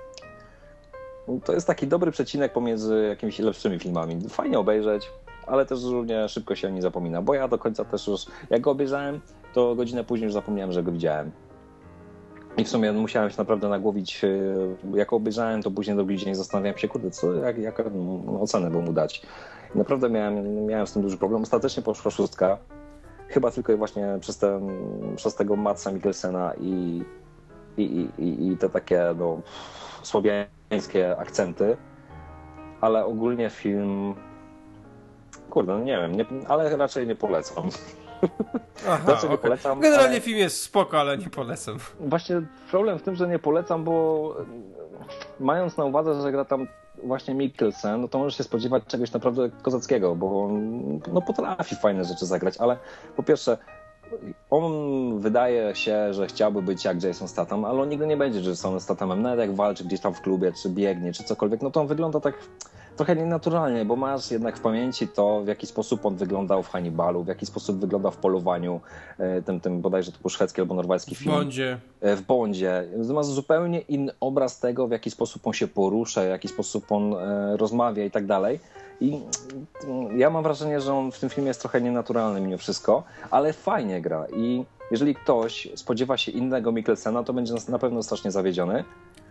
C: to jest taki dobry przecinek pomiędzy jakimiś lepszymi filmami. Fajnie obejrzeć, ale też równie szybko się nie zapomina, bo ja do końca też już, jak go obejrzałem, to godzinę później już zapomniałem, że go widziałem. I w sumie musiałem się naprawdę nagłowić, jak obejrzałem, to później drugi dzień zastanawiałem się, kurde, co, jak, jaką ocenę by mu dać. I naprawdę miałem, miałem z tym duży problem. Ostatecznie poszła szóstka, chyba tylko i właśnie przez, ten, przez tego Madsa Mikkelsena i, i, i, i te takie no, słowiańskie akcenty, ale ogólnie film, kurde, no nie wiem, nie, ale raczej nie polecam.
B: Aha,
C: Dlaczego
B: okay.
C: polecam?
B: Generalnie
C: ale...
B: film jest spoko, ale nie polecam.
C: Właśnie problem w tym, że nie polecam, bo mając na uwadze, że gra tam właśnie Mikkelsen, no to możesz się spodziewać czegoś naprawdę kozackiego, bo on no, potrafi fajne rzeczy zagrać, ale po pierwsze on wydaje się, że chciałby być jak Jason Statham, ale on nigdy nie będzie Jasonem Stathamem, nawet jak walczy gdzieś tam w klubie, czy biegnie, czy cokolwiek, no to on wygląda tak trochę nienaturalnie, bo masz jednak w pamięci to, w jaki sposób on wyglądał w Hannibalu, w jaki sposób wyglądał w Polowaniu, tym, tym bodajże to był szwedzki albo norweski film.
B: W Bondzie.
C: W Bondzie. Masz zupełnie inny obraz tego, w jaki sposób on się porusza, w jaki sposób on e, rozmawia i tak dalej. I ja mam wrażenie, że on w tym filmie jest trochę nienaturalny mimo wszystko, ale fajnie gra i jeżeli ktoś spodziewa się innego Mikkelsena, to będzie na pewno strasznie zawiedziony.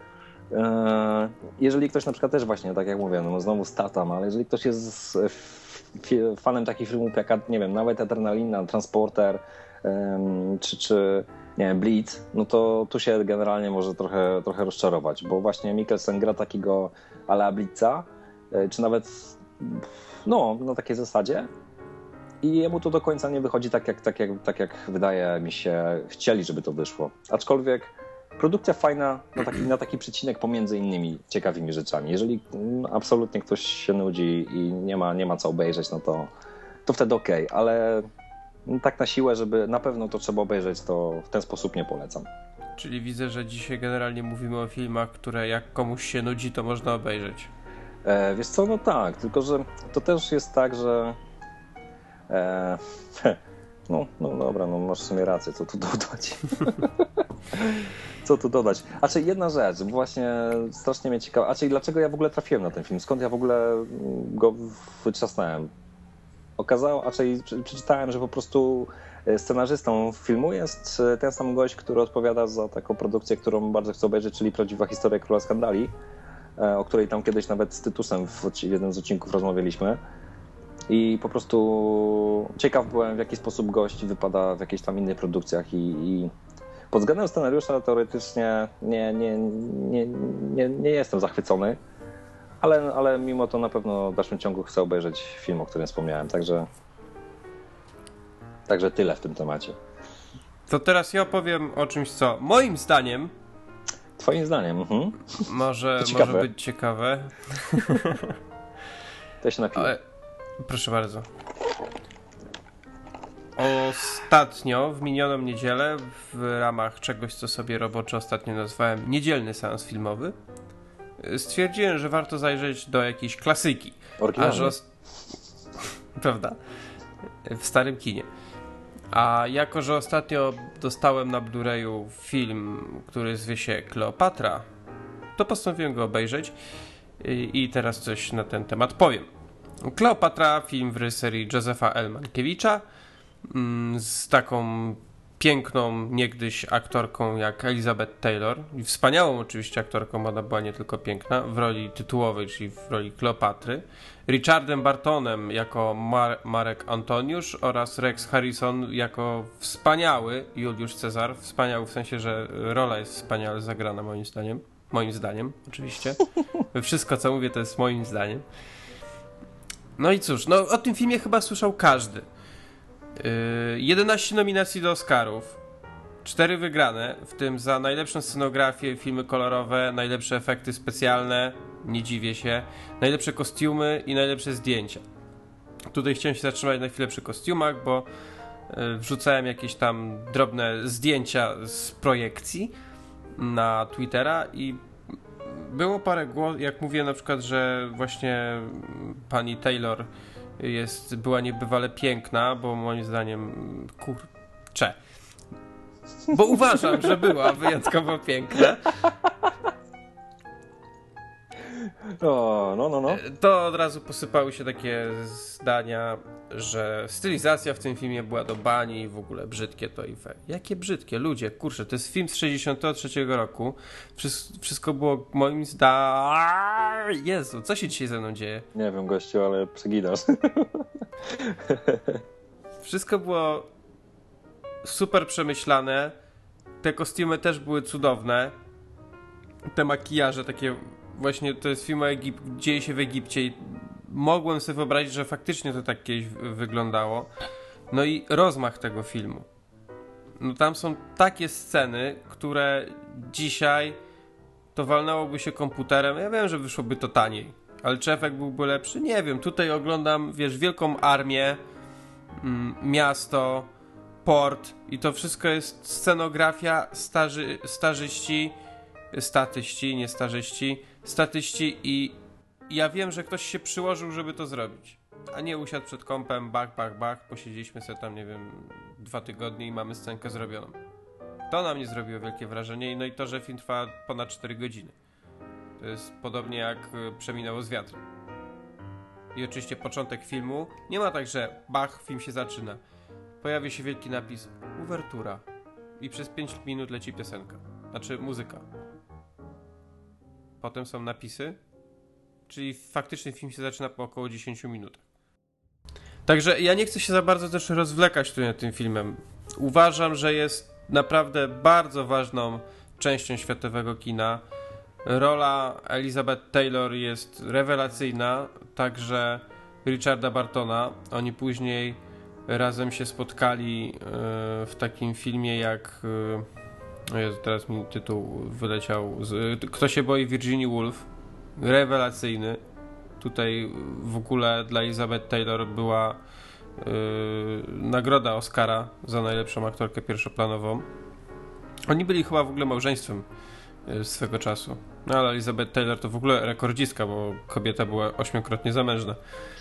C: Jeżeli ktoś na przykład też właśnie, tak jak mówię, no znowu Statham, ale jeżeli ktoś jest fanem takich filmów jak, nie wiem, nawet Adrenalina, Transporter czy, czy nie wiem, Blitz, no to tu się generalnie może trochę, trochę rozczarować, bo właśnie Mikkelsen gra takiego a la Blitza, czy nawet no, na takiej zasadzie i jemu to do końca nie wychodzi tak jak, tak jak, tak jak wydaje mi się chcieli, żeby to wyszło. Aczkolwiek produkcja fajna na taki, na taki przecinek pomiędzy innymi ciekawymi rzeczami. Jeżeli absolutnie ktoś się nudzi i nie ma, nie ma co obejrzeć, no to, to wtedy okej, okay. Ale tak na siłę, żeby na pewno to trzeba obejrzeć, to w ten sposób nie polecam.
B: Czyli widzę, że dzisiaj generalnie mówimy o filmach, które jak komuś się nudzi, to można obejrzeć.
C: E, wiesz co, no tak, tylko że to też jest tak, że e, no, no dobra, no masz w sumie rację, co tu dodać. Co tu dodać? A czy jedna rzecz, właśnie strasznie mnie ciekawa, a czyli dlaczego ja w ogóle trafiłem na ten film? Skąd ja w ogóle go wyczasnąłem? Okazało, a czyli przeczytałem, że po prostu scenarzystą filmu jest ten sam gość, który odpowiada za taką produkcję, którą bardzo chcę obejrzeć, czyli Prawdziwa historia Króla Skandali, o której tam kiedyś nawet z Tytusem w jednym z odcinków rozmawialiśmy. I po prostu ciekaw byłem, w jaki sposób gość wypada w jakichś tam innych produkcjach i, i pod względem scenariusza teoretycznie nie, nie, nie, nie, nie jestem zachwycony, ale, ale mimo to na pewno w dalszym ciągu chcę obejrzeć film, o którym wspomniałem, także, także tyle w tym temacie.
B: To teraz ja opowiem o czymś, co moim zdaniem
C: Twoim zdaniem mhm.
B: może, może być ciekawe.
C: To się napiję. Ale...
B: Proszę bardzo. Ostatnio, w minioną niedzielę, w ramach czegoś, co sobie roboczo ostatnio nazwałem niedzielny seans filmowy, stwierdziłem, że warto zajrzeć do jakiejś klasyki.
C: Oryginalnie.
B: O... Prawda? W starym kinie. A jako, że ostatnio dostałem na Blu-rayu film, który zwie się Kleopatra, to postanowiłem go obejrzeć i teraz coś na ten temat powiem. Kleopatra, film w reżyserii Józefa L. Mankiewicza z taką piękną niegdyś aktorką jak Elizabeth Taylor i wspaniałą oczywiście aktorką, ona była nie tylko piękna, w roli tytułowej, czyli w roli Kleopatry, Richardem Bartonem jako Mar- Marek Antoniusz oraz Rex Harrison jako wspaniały Juliusz Cezar, wspaniały w sensie, że rola jest wspaniale zagrana moim zdaniem, moim zdaniem oczywiście, wszystko co mówię to jest moim zdaniem. No i cóż, no o tym filmie chyba słyszał każdy. Yy, jedenaście nominacji do Oscarów, cztery wygrane, w tym za najlepszą scenografię, filmy kolorowe, najlepsze efekty specjalne, nie dziwię się, najlepsze kostiumy i najlepsze zdjęcia. Tutaj chciałem się zatrzymać na chwilę przy kostiumach, bo wrzucałem jakieś tam drobne zdjęcia z projekcji na Twittera i było parę głosów, jak mówię na przykład, że właśnie pani Taylor jest, była niebywale piękna, bo moim zdaniem, kurczę, bo uważam, że była wyjątkowo piękna.
C: O, no, no, no.
B: To od razu posypały się takie zdania, że stylizacja w tym filmie była do bani i w ogóle brzydkie to i we. Jakie brzydkie? Ludzie, kurczę, to jest film z sześćdziesiątego trzeciego roku. Wszystko było moim zdaniem... Jezu, co się dzisiaj ze mną dzieje?
C: Nie wiem, gościu, ale przeginasz.
B: Wszystko było super przemyślane. Te kostiumy też były cudowne. Te makijaże takie... Właśnie to jest film o Egip... dzieje się w Egipcie i mogłem sobie wyobrazić, że faktycznie to tak kiedyś wyglądało. No i rozmach tego filmu. No tam są takie sceny, które dzisiaj to walnęłoby się komputerem. Ja wiem, że wyszłoby to taniej, ale czy efekt byłby lepszy? Nie wiem. Tutaj oglądam, wiesz, wielką armię, mm, miasto, port i to wszystko jest scenografia, starzy, starzyści, statyści, nie starzyści, statyści i ja wiem, że ktoś się przyłożył, żeby to zrobić. A nie usiadł przed kompem, bach, bach, bach, posiedzieliśmy sobie tam, nie wiem, dwa tygodnie i mamy scenkę zrobioną. To na mnie zrobiło wielkie wrażenie, no i to, że film trwa ponad cztery godziny. To jest podobnie jak Przeminęło z wiatrem. I oczywiście początek filmu, nie ma tak, że bach, film się zaczyna. Pojawia się wielki napis, uwertura. I przez pięć minut leci piosenka. Znaczy muzyka. Potem są napisy, czyli faktycznie film się zaczyna po około dziesięciu minutach. Także ja nie chcę się za bardzo też rozwlekać tu nad tym filmem. Uważam, że jest naprawdę bardzo ważną częścią światowego kina. Rola Elizabeth Taylor jest rewelacyjna, także Richarda Bartona. Oni później razem się spotkali w takim filmie jak... Jezu, teraz mi tytuł wyleciał. Kto się boi Virginia Woolf. Rewelacyjny. Tutaj w ogóle dla Elizabeth Taylor była yy, nagroda Oscara za najlepszą aktorkę pierwszoplanową. Oni byli chyba w ogóle małżeństwem yy, swego czasu. No ale Elizabeth Taylor to w ogóle rekordzistka, bo kobieta była ośmiokrotnie zamężna.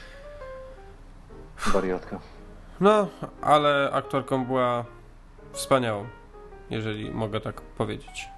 C: Wariatka.
B: No, ale aktorką była wspaniałą, jeżeli mogę tak powiedzieć.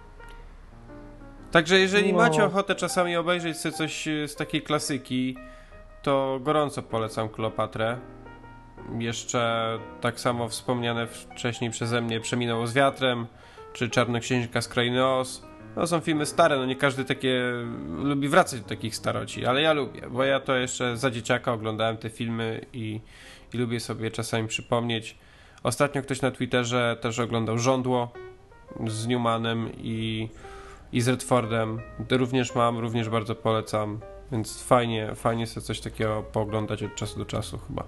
B: Także jeżeli no. macie ochotę czasami obejrzeć sobie coś z takiej klasyki, to gorąco polecam Kleopatrę. Jeszcze tak samo wspomniane wcześniej przeze mnie Przeminęło z wiatrem, czy Czarnoksiężnika z Krainy Oz. To są filmy stare, no nie każdy takie lubi wracać do takich staroci, ale ja lubię, bo ja to jeszcze za dzieciaka oglądałem te filmy i, i lubię sobie czasami przypomnieć. Ostatnio ktoś na Twitterze też oglądał Żądło z Newmanem i i z Redfordem. To również mam, również bardzo polecam, więc fajnie, fajnie sobie coś takiego pooglądać od czasu do czasu chyba.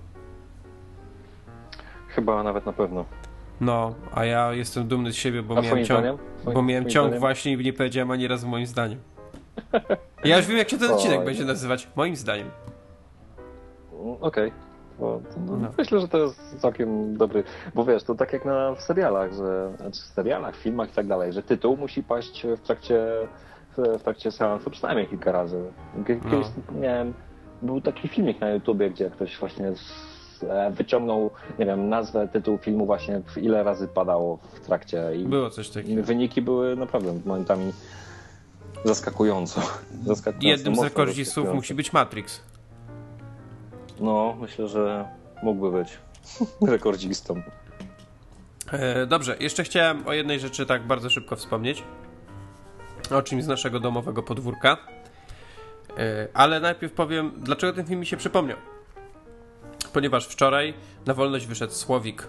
C: Chyba nawet na pewno.
B: No, a ja jestem dumny z siebie, bo
C: a
B: miałem ciąg,
C: Twoim,
B: bo miałem ciąg
C: zdaniem?
B: właśnie i nie powiedziałem ani razu moim zdaniem. Ja już wiem, jak się ten odcinek Oj. będzie nazywać. Moim zdaniem.
C: Okej. Okay. Bo, no, no. Myślę, że to jest całkiem dobry, bo wiesz, to tak jak na, w serialach, że znaczy w serialach, filmach i tak dalej, że tytuł musi paść w trakcie w, w trakcie seansu przynajmniej kilka razy. Kiedyś no. miałem, był taki filmik na YouTubie, gdzie ktoś właśnie z, wyciągnął, nie wiem, nazwę, tytuł filmu właśnie ile razy padało w trakcie i
B: było coś takiego.
C: Wyniki były naprawdę momentami zaskakująco. zaskakująco
B: Jednym z rekordzistów musi być Matrix.
C: No, myślę, że mógłby być rekordzistą.
B: E, dobrze, jeszcze chciałem o jednej rzeczy tak bardzo szybko wspomnieć. O czymś z naszego domowego podwórka. E, ale najpierw powiem, dlaczego ten film mi się przypomniał. Ponieważ wczoraj na wolność wyszedł Słowik.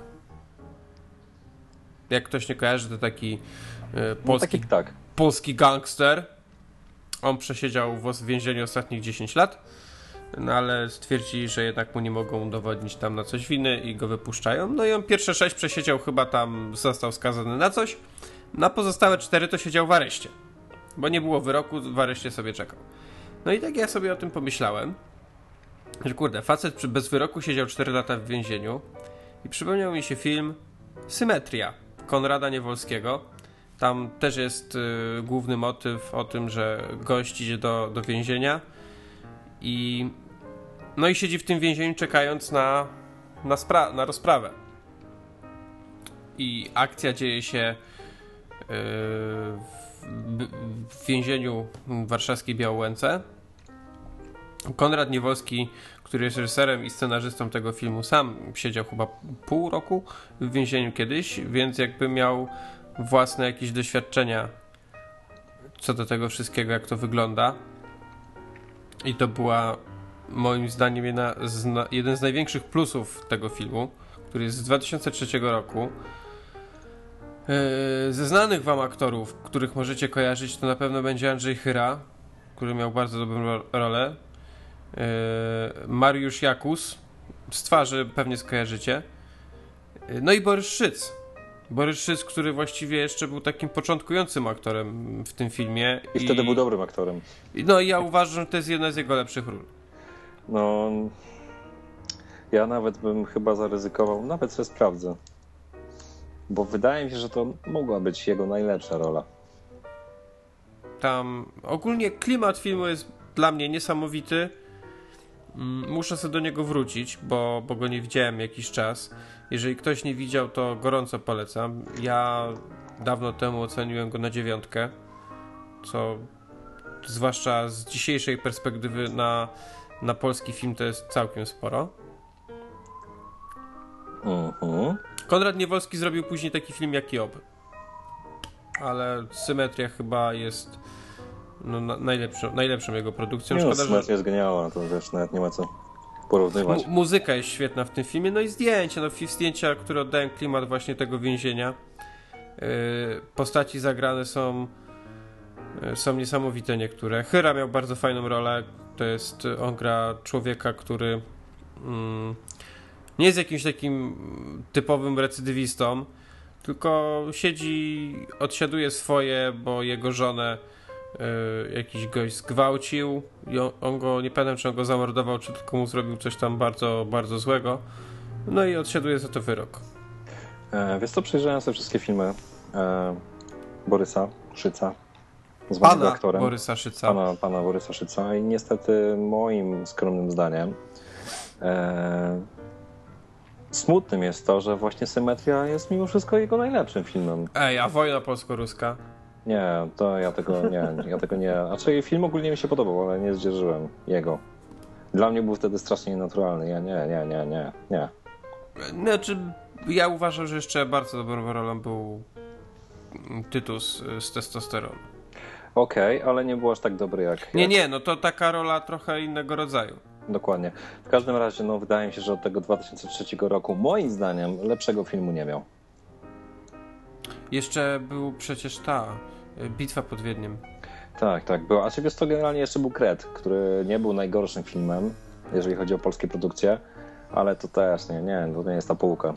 B: Jak ktoś nie kojarzy, to taki e, polski,
C: no, taki, tak.
B: polski gangster. On przesiedział w więzieniu ostatnich dziesięć lat. No ale stwierdzili, że jednak mu nie mogą udowodnić tam na coś winy i go wypuszczają. No i on pierwsze sześć przesiedział, chyba tam został skazany na coś. Na pozostałe cztery to siedział w areszcie. Bo nie było wyroku, w areszcie sobie czekał. No i tak ja sobie o tym pomyślałem, że kurde, facet przy bez wyroku siedział cztery lata w więzieniu I przypomniał mi się film Symetria Konrada Niewolskiego. Tam też jest y, główny motyw o tym, że gość idzie do, do więzienia i no i siedzi w tym więzieniu czekając na, na, spra- na rozprawę. I akcja dzieje się y, w, w więzieniu warszawskiej Białołęce. Konrad Niewolski, który jest reżyserem i scenarzystą tego filmu, sam siedział chyba pół roku w więzieniu kiedyś, więc jakby miał własne jakieś doświadczenia co do tego wszystkiego, jak to wygląda. I to była moim zdaniem jedna z na, jeden z największych plusów tego filmu, który jest z dwa tysiące trzeciego roku. Yy, ze znanych wam aktorów, których możecie kojarzyć, to na pewno będzie Andrzej Chyra, który miał bardzo dobrą ro- rolę. Yy, Mariusz Jakus, z twarzy pewnie skojarzycie. Yy, no i Borys Szyc. Borys Szyc, który właściwie jeszcze był takim początkującym aktorem w tym filmie.
C: I wtedy I... był dobrym aktorem.
B: No i ja uważam, że to jest jedna z jego lepszych ról.
C: No, ja nawet bym chyba zaryzykował, nawet sobie sprawdzę. Bo wydaje mi się, że to mogła być jego najlepsza rola.
B: Tam ogólnie klimat filmu jest dla mnie niesamowity. Muszę sobie do niego wrócić, bo, bo go nie widziałem jakiś czas. Jeżeli ktoś nie widział, to gorąco polecam. Ja dawno temu oceniłem go na dziewiątkę, co zwłaszcza z dzisiejszej perspektywy na, na polski film to jest całkiem sporo.
C: Uh-huh.
B: Konrad Niewolski zrobił później taki film jak Job, ale Symetria chyba jest no, na, najlepszą, najlepszą jego produkcją.
C: Nie,
B: Szkoda,
C: no, Symetria
B: że...
C: jest genialna, to wiesz, nawet nie ma co porównywać.
B: Mu- muzyka jest świetna w tym filmie, no i zdjęcia, no zdjęcia, które oddają klimat właśnie tego więzienia. Yy, postaci zagrane są yy, są niesamowite niektóre. Chyra miał bardzo fajną rolę, to jest, on gra człowieka, który yy, nie jest jakimś takim typowym recydywistą, tylko siedzi, odsiaduje swoje, bo jego żonę y, jakiś gość zgwałcił i on, on go, nie pamiętam, czy on go zamordował, czy tylko mu zrobił coś tam bardzo, bardzo złego. No i odsiaduje za to wyrok.
C: E, wiesz co, przejrzałem sobie wszystkie filmy e, Borysa Szyca, zwanego
B: Pana
C: aktorem.
B: Borysa Szyca.
C: Pana, pana Borysa Szyca i niestety moim skromnym zdaniem e, smutnym jest to, że właśnie Symetria jest mimo wszystko jego najlepszym filmem.
B: Ej, a wojna polsko-ruska?
C: Nie, to ja tego nie, ja tego nie. Znaczy film ogólnie mi się podobał, ale nie zdzierżyłem jego. Dla mnie był wtedy strasznie nienaturalny. Ja nie, nie, nie, nie, nie.
B: Znaczy, ja uważam, że jeszcze bardzo dobrą rolą był Tytus z Testosteronu.
C: Okej, okay, ale nie był aż tak dobry jak...
B: Nie,
C: jak...
B: nie, no to taka rola trochę innego rodzaju.
C: Dokładnie. W każdym razie, no wydaje mi się, że od tego dwa tysiące trzeciego roku, moim zdaniem, lepszego filmu nie miał.
B: Jeszcze był przecież ta Bitwa pod Wiedniem.
C: Tak, tak, była. A czy wiesz, to generalnie jeszcze był Kret, który nie był najgorszym filmem, jeżeli chodzi o polskie produkcje, ale to też nie, nie, to nie jest ta półka.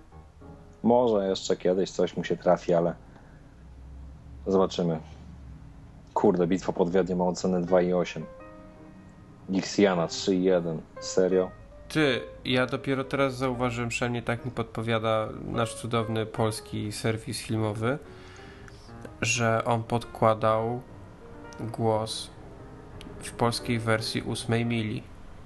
C: Może jeszcze kiedyś coś mu się trafi, ale zobaczymy. Kurde, Bitwa pod Wiedniem ma ocenę dwa i osiem. Gixiana trzy i jeden. Serio?
B: Ty, ja dopiero teraz zauważyłem, przynajmniej tak mi podpowiada nasz cudowny polski serwis filmowy, że on podkładał głos w polskiej wersji ósmej mili.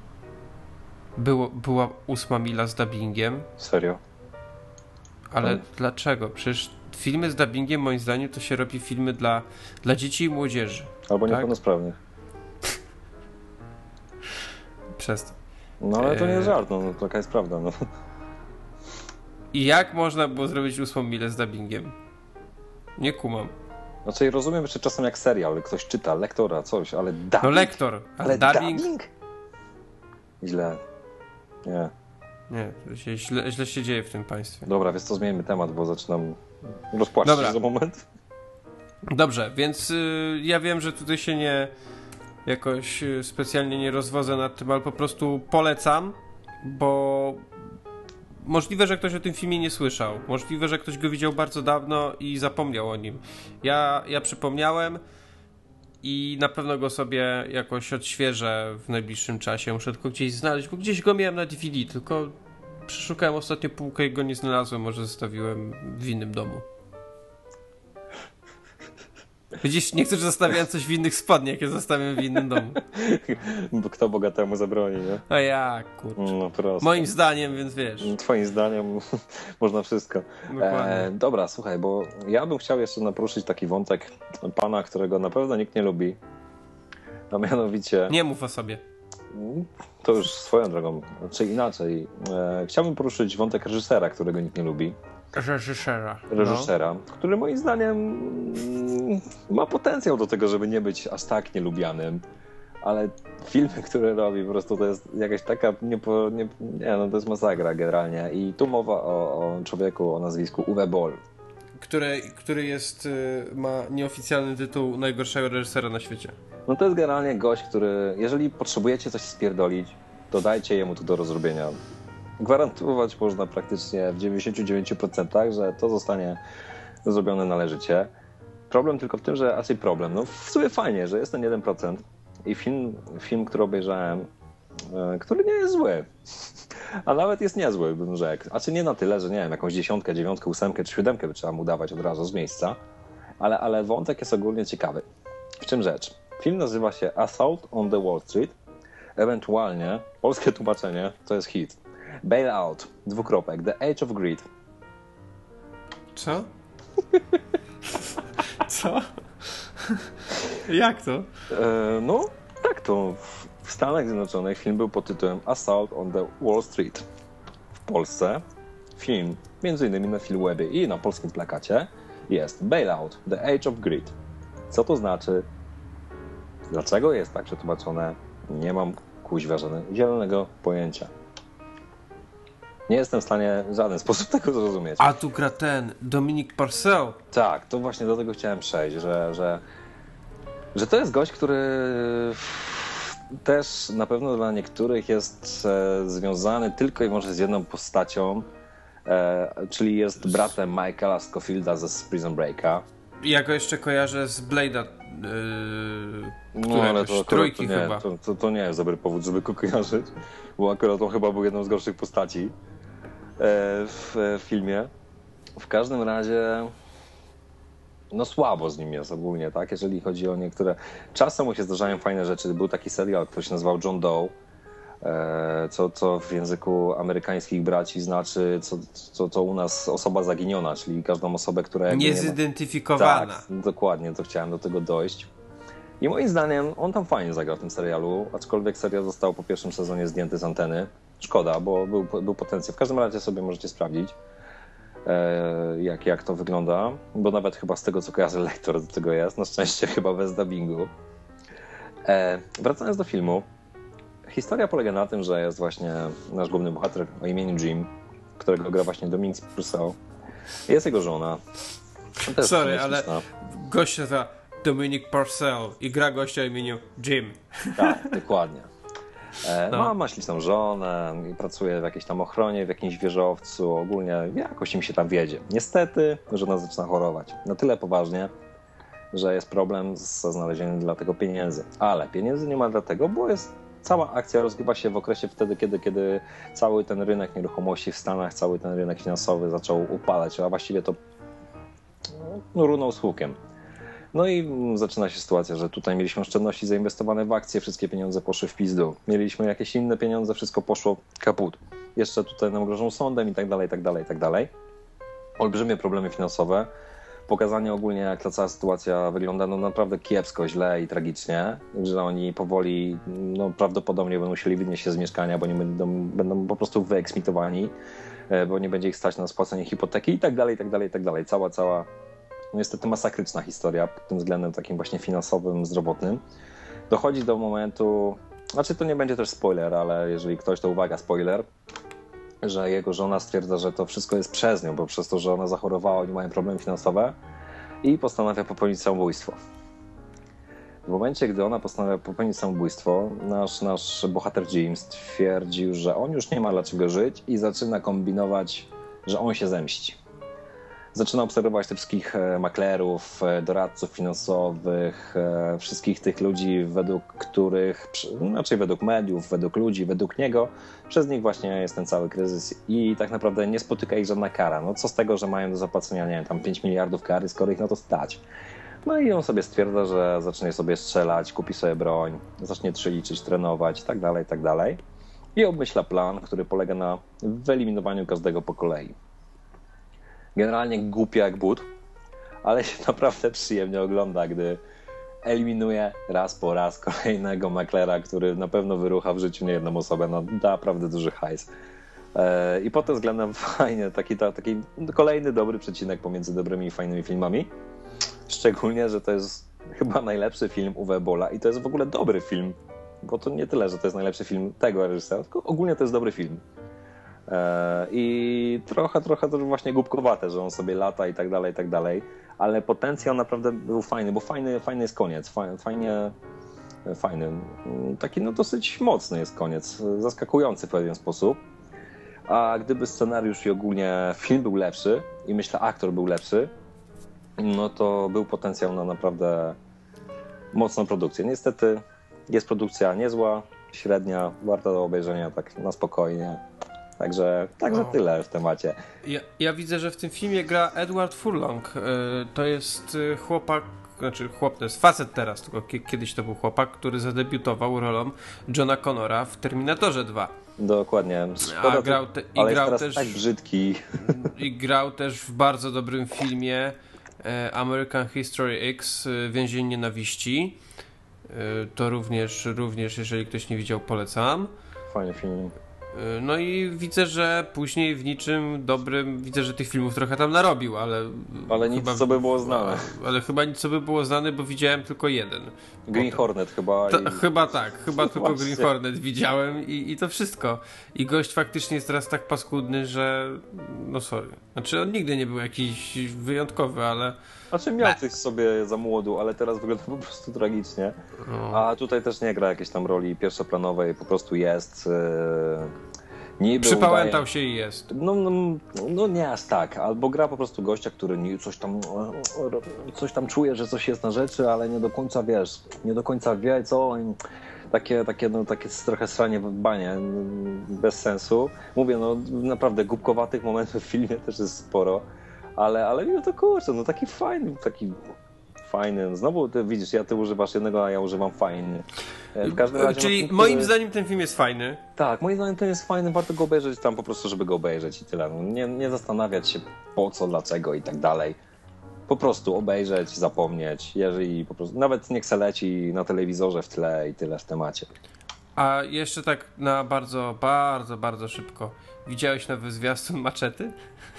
B: Było, była ósma mila z dubbingiem.
C: Serio?
B: Ale
C: Hmm.
B: dlaczego? Przecież filmy z dubbingiem, moim zdaniem, to się robi filmy dla, dla dzieci i młodzieży.
C: Albo
B: tak?
C: niepełnosprawnych.
B: Przez to.
C: No ale to nie jest żart, no, taka jest prawda. No.
B: I jak można było zrobić ósmą milę z dubbingiem? Nie kumam.
C: Znaczy rozumiem jeszcze czasem jak serial, ktoś czyta, lektora, coś, ale dubbing?
B: No lektor, ale dubbing?
C: dubbing? Źle. Nie.
B: Nie, to się źle, źle się dzieje w tym państwie.
C: Dobra, więc to zmieńmy temat, bo zaczynam rozpłacić
B: Dobra.
C: się za moment.
B: Dobrze, więc y, ja wiem, że tutaj się nie jakoś y, specjalnie nie rozwodzę nad tym, ale po prostu polecam, bo możliwe, że ktoś o tym filmie nie słyszał. Możliwe, że ktoś go widział bardzo dawno i zapomniał o nim. Ja, ja przypomniałem i na pewno go sobie jakoś odświeżę w najbliższym czasie. Muszę tylko gdzieś znaleźć, bo gdzieś go miałem na D V D, tylko przeszukałem ostatnio półkę i go nie znalazłem, może zostawiłem w innym domu. Widzisz, nie chcę, że zostawiałem coś w innych spodniach, jak ja zostawiam w innym domu.
C: Bo kto bogatemu zabroni, nie?
B: A jak, kurczę.
C: No prosto.
B: Moim zdaniem, więc wiesz.
C: Twoim zdaniem można wszystko.
B: Dokładnie.
C: E, dobra, słuchaj, bo ja bym chciał jeszcze napruszyć taki wątek pana, którego na pewno nikt nie lubi. A mianowicie...
B: Nie mów o sobie.
C: To już swoją drogą, czy inaczej. E, chciałbym poruszyć wątek reżysera, którego nikt nie lubi.
B: Reżysera.
C: Reżysera, no. który moim zdaniem mm, ma potencjał do tego, żeby nie być aż tak nielubianym, ale filmy, które robi, po prostu to jest jakaś taka, nie, nie, nie no to jest masakra generalnie. I tu mowa o, o człowieku o nazwisku Uwe Boll.
B: Który, który jest, ma nieoficjalny tytuł najgorszego reżysera na świecie.
C: No to jest generalnie gość, który, jeżeli potrzebujecie coś spierdolić, to dajcie jemu to do rozrobienia. Gwarantować można praktycznie w dziewięćdziesiąt dziewięć procent, że to zostanie zrobione należycie. Problem tylko w tym, że raczej problem. No w sumie fajnie, że jest ten jeden procent i film, film który obejrzałem, e, który nie jest zły. A nawet jest niezły, bym rzekł. A czy nie na tyle, że nie wiem, jakąś dziesiątkę, dziewiątkę, ósemkę czy siódemkę by trzeba mu dawać od razu z miejsca, ale, ale wątek jest ogólnie ciekawy. W czym rzecz? Film nazywa się Assault on the Wall Street. Ewentualnie polskie tłumaczenie to jest hit. Bailout, dwukropek, The Age of Greed.
B: Co? Co? Jak to?
C: E, no, tak to. W Stanach Zjednoczonych film był pod tytułem Assault on the Wall Street. W Polsce film, między innymi na Filmwebie i na polskim plakacie, jest Bailout, The Age of Greed. Co to znaczy? Dlaczego jest tak przetłumaczone? Nie mam kuźwa zielonego pojęcia. Nie jestem w stanie w żaden sposób tego zrozumieć.
B: A tu gra ten, Dominic Purcell.
C: Tak, to właśnie do tego chciałem przejść, że, że, że to jest gość, który też na pewno dla niektórych jest e, związany tylko i wyłącznie z jedną postacią, e, czyli jest bratem Michaela Scofielda ze Prison Breaka.
B: Ja go jeszcze kojarzę z Blade'a, yy,
C: No ale to,
B: trójki
C: to, nie,
B: chyba.
C: to, to, to nie jest dobry powód, żeby go kojarzyć, bo akurat on chyba był jedną z gorszych postaci e, w, w filmie. W każdym razie no słabo z nim jest ogólnie, tak? Jeżeli chodzi o niektóre... Czasem mu się zdarzają fajne rzeczy. Był taki serial, który się nazywał John Doe, e, co, co w języku amerykańskich braci znaczy, co, co, co u nas osoba zaginiona, czyli każdą osobę, która... jakby nie ma...
B: Niezidentyfikowana.
C: Tak, dokładnie, to chciałem do tego dojść. I moim zdaniem on tam fajnie zagrał w tym serialu, aczkolwiek serial został po pierwszym sezonie zdjęty z anteny. Szkoda, bo był, był potencjał. W każdym razie sobie możecie sprawdzić, e, jak, jak to wygląda, bo nawet chyba z tego, co kojarzę, lektor do tego jest. Na szczęście chyba bez dubbingu. E, wracając do filmu, historia polega na tym, że jest właśnie nasz główny bohater o imieniu Jim, którego gra właśnie Dominic Purcell. Jest jego żona.
B: Sorry, ale gość się nazywa Dominic Purcell i gra gościa o imieniu Jim.
C: Tak, dokładnie. E,
B: No.
C: ma, ma śliczną żonę, i pracuje w jakiejś tam ochronie, w jakimś wieżowcu, ogólnie jakoś im się tam wiedzie. Niestety żona zaczyna chorować. Na tyle poważnie, że jest problem ze znalezieniem dla tego pieniędzy. Ale pieniędzy nie ma dlatego, bo jest cała akcja rozgrywa się w okresie wtedy, kiedy, kiedy cały ten rynek nieruchomości w Stanach, cały ten rynek finansowy zaczął upadać, a właściwie to no, runął z hukiem. No i zaczyna się sytuacja, że tutaj mieliśmy oszczędności zainwestowane w akcje, wszystkie pieniądze poszły w pizdu. Mieliśmy jakieś inne pieniądze, wszystko poszło kaput. Jeszcze tutaj nam grożą sądem i tak dalej, i tak dalej, i tak dalej. Olbrzymie problemy finansowe. Pokazanie ogólnie, jak ta cała sytuacja wygląda, no naprawdę kiepsko, źle i tragicznie, że oni powoli, no prawdopodobnie będą musieli wynieść się z mieszkania, bo nie będą, będą po prostu wyeksmitowani, bo nie będzie ich stać na spłacenie hipoteki i tak dalej, i tak dalej, i tak dalej. Cała, cała no niestety masakryczna historia pod tym względem takim właśnie finansowym, zdrowotnym. Dochodzi do momentu, znaczy to nie będzie też spoiler, ale jeżeli ktoś, to uwaga, spoiler, że jego żona stwierdza, że to wszystko jest przez nią, bo przez to, że ona zachorowała, oni mają problemy finansowe i postanawia popełnić samobójstwo. W momencie, gdy ona postanawia popełnić samobójstwo, nasz, nasz bohater Jim stwierdził, że on już nie ma dlaczego żyć i zaczyna kombinować, że on się zemści. zaczyna obserwować tych wszystkich maklerów, doradców finansowych, wszystkich tych ludzi, według których, znaczy według mediów, według ludzi, według niego, przez nich właśnie jest ten cały kryzys i tak naprawdę nie spotyka ich żadna kara. No co z tego, że mają do zapłacenia, nie wiem, tam pięć miliardów kary, skoro ich na to stać. No i on sobie stwierdza, że zacznie sobie strzelać, kupi sobie broń, zacznie liczyć, trenować i tak dalej, i tak dalej. I obmyśla plan, który polega na wyeliminowaniu każdego po kolei. Generalnie głupie jak but, ale się naprawdę przyjemnie ogląda, gdy eliminuje raz po raz kolejnego maklera, który na pewno wyrucha w życiu niejedną osobę na naprawdę duży hajs. I pod tym względem fajnie, taki, taki kolejny dobry przecinek pomiędzy dobrymi i fajnymi filmami. Szczególnie, że to jest chyba najlepszy film Uwe Bolla i to jest w ogóle dobry film, bo to nie tyle, że to jest najlepszy film tego reżysera, tylko ogólnie to jest dobry film. I trochę, trochę to właśnie głupkowate, że on sobie lata i tak dalej, i tak dalej, ale potencjał naprawdę był fajny, bo fajny, fajny jest koniec, fajnie, fajny, taki no dosyć mocny jest koniec, zaskakujący w pewien sposób, a gdyby scenariusz i ogólnie film był lepszy i myślę aktor był lepszy, no to był potencjał na naprawdę mocną produkcję. Niestety jest produkcja niezła, średnia, warta do obejrzenia tak na spokojnie. Także, także no. Tyle w temacie.
B: Ja, ja widzę, że w tym filmie gra Edward Furlong. Yy, to jest chłopak, znaczy chłop, to jest facet teraz, tylko kiedyś to był chłopak, który zadebiutował rolą Johna Connora w Terminatorze dwa.
C: Dokładnie. Szkoda,
B: A grał te, i
C: ale
B: grał
C: jest
B: też
C: tak brzydki.
B: I grał też w bardzo dobrym filmie American History X, Więzień Nienawiści. To również, również, jeżeli ktoś nie widział, polecam.
C: Fajny film.
B: No i widzę, że później w niczym dobrym, widzę, że tych filmów trochę tam narobił, ale...
C: Ale nic, chyba, co by było znane.
B: Ale chyba nic, co by było znane, bo widziałem tylko jeden.
C: Green Hornet chyba.
B: To,
C: i...
B: Chyba tak, chyba
C: no
B: tylko Green Hornet widziałem i, i to wszystko. I gość faktycznie jest teraz tak paskudny, że... No sorry. Znaczy on nigdy nie był jakiś wyjątkowy, ale...
C: Znaczy miał tych sobie za młodu, ale teraz wygląda po prostu tragicznie. No. A tutaj też nie gra jakiejś tam roli pierwszoplanowej, po prostu jest... Yy... Niby
B: Przypałętał
C: udaje...
B: się i jest.
C: No, no, no nie aż tak, albo gra po prostu gościa, który coś tam coś tam czuje, że coś jest na rzeczy, ale nie do końca wiesz, nie do końca wie co, takie, takie, no, takie trochę sranie w banie, bez sensu. Mówię, no naprawdę głupkowatych momentów w filmie też jest sporo, ale, ale mimo to kurczę, no taki fajny, taki fajny. Znowu ty widzisz, ja ty używasz jednego, a ja używam fajny. W każdym razie,
B: Czyli
C: no,
B: moim zdaniem ten film jest fajny.
C: Tak, moim zdaniem ten jest fajny, warto go obejrzeć tam po prostu, żeby go obejrzeć i tyle. No, nie, nie zastanawiać się po co, dlaczego i tak dalej. Po prostu obejrzeć, zapomnieć, jeżeli po prostu, nawet niech se leci na telewizorze w tle i tyle w temacie.
B: A jeszcze tak na bardzo, bardzo, bardzo szybko. Widziałeś nowy zwiastun Maczety?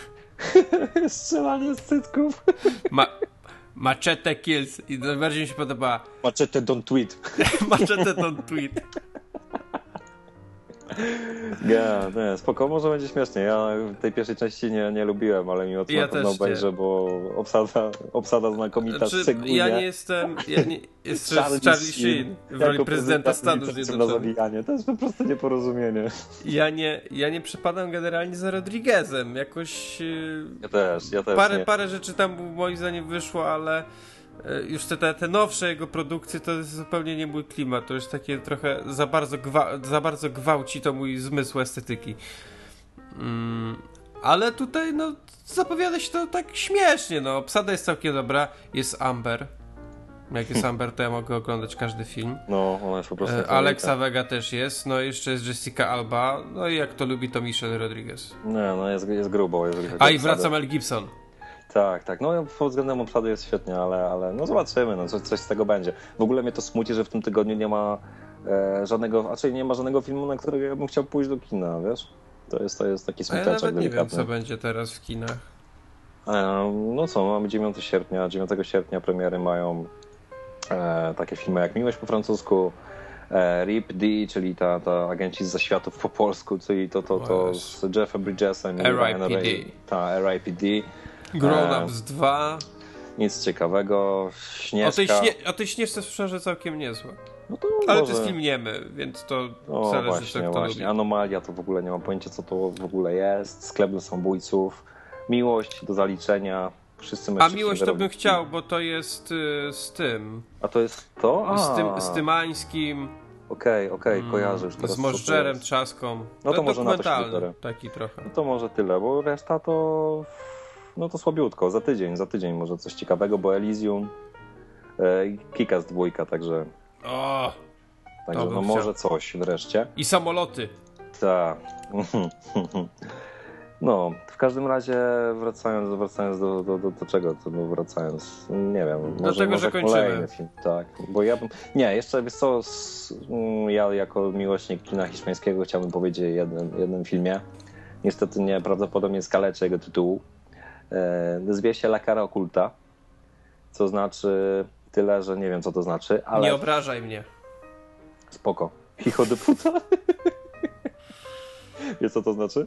C: Strzelanie z cycków.
B: Ma... Machete kills i najbardziej mi się podoba
C: Machete don't tweet.
B: Machete don't tweet.
C: Nie, nie, spoko, może będzie śmiesznie. Ja tej pierwszej części nie, nie lubiłem, ale mimo to ja na pewno obejrzę, bo obsada, obsada znakomita, znaczy, szczególnie.
B: Ja nie jestem, ja nie, jest Charlie, Charlie Sheen w roli prezydenta Stanów Zjednoczonych.
C: To jest po prostu nieporozumienie.
B: Ja nie, ja nie przepadam generalnie za Rodriguezem. Jakoś...
C: Ja też, ja też
B: parę,
C: nie.
B: Parę rzeczy tam moim zdaniem wyszło, ale już te, te, te nowsze jego produkcje to jest zupełnie nie mój klimat. To już takie trochę za bardzo, gwa, za bardzo gwałci to mój zmysł estetyki. Mm, ale tutaj no zapowiada się to tak śmiesznie. No. Obsada jest całkiem dobra. Jest Amber. Jak jest Amber, to ja mogę oglądać każdy film.
C: No, ona jest po prostu...
B: Alexa Vega też jest. No jeszcze jest Jessica Alba. No i jak to lubi, to Michelle Rodriguez.
C: Nie, no jest, jest grubo. Jeżeli chodzi
B: A i wraca Mel Gibson.
C: Tak, tak. No pod względem obsady jest świetnie, ale, ale no zobaczymy, no coś, coś z tego będzie. W ogóle mnie to smuci, że w tym tygodniu nie ma e, żadnego, raczej nie ma żadnego filmu, na którego ja bym chciał pójść do kina, wiesz? To jest, to jest taki smuteczek
B: delikatny. Ja nawet nie
C: delikatny.
B: wiem, co będzie teraz w kinach.
C: E, no co, mamy dziewiątego sierpnia, dziewiątego sierpnia premiery mają e, takie filmy jak Miłość po francusku, e, R I P D, czyli ta, ta agenci z zaświatów po polsku, czyli to, to, to z Jeffem Bridgesem i
B: R I P D.
C: Ta, R I P D.
B: Grown Ups dwa.
C: Nic ciekawego. Śnieżka.
B: O tej, śnie, o tej Śnieżce słyszę, że całkiem niezłe.
C: No to
B: ale
C: może...
B: to jest film niemy, więc to
C: o,
B: zależy,
C: właśnie,
B: kto
C: właśnie.
B: lubi.
C: Anomalia to w ogóle nie mam pojęcia, co to w ogóle jest. Sklep dla samobójców. Miłość do zaliczenia. Wszyscy
B: A
C: mężczyźni
B: miłość to bym
C: wyrobić.
B: chciał, bo to jest y, z tym.
C: A to jest to? A,
B: Z tym z Tymańskim,
C: Okej, okej, kojarzę już teraz.
B: z
C: co to
B: Możdżerem,
C: jest.
B: Trzaską.
C: No to może na to się
B: dokumentalny
C: wybiorę.
B: taki trochę.
C: No to może tyle, bo reszta to... No to słabiutko. Za tydzień, za tydzień może coś ciekawego, bo Elysium, e, i Kick-Ass dwójka, także...
B: O!
C: Także
B: bym
C: no
B: chciał.
C: może coś wreszcie.
B: I samoloty.
C: Tak. No, w każdym razie wracając, wracając do, do, do, do czego? To no wracając, nie wiem.
B: Do
C: może,
B: tego,
C: może
B: że kończymy.
C: kolejny film, tak. Bo ja bym... Nie, jeszcze wiesz co, s- mm, ja jako miłośnik kina hiszpańskiego chciałbym powiedzieć o jednym, jednym filmie. Niestety nieprawdopodobnie skaleczę jego tytułu. E, Zwie się La Cara Oculta, co znaczy tyle, że nie wiem co to znaczy, ale
B: Nie obrażaj mnie.
C: spoko. Hijo de puta. Wiesz co to znaczy?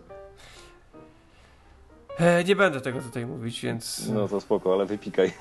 B: E, nie będę tego tutaj mówić, więc...
C: No to spoko, ale wypikaj.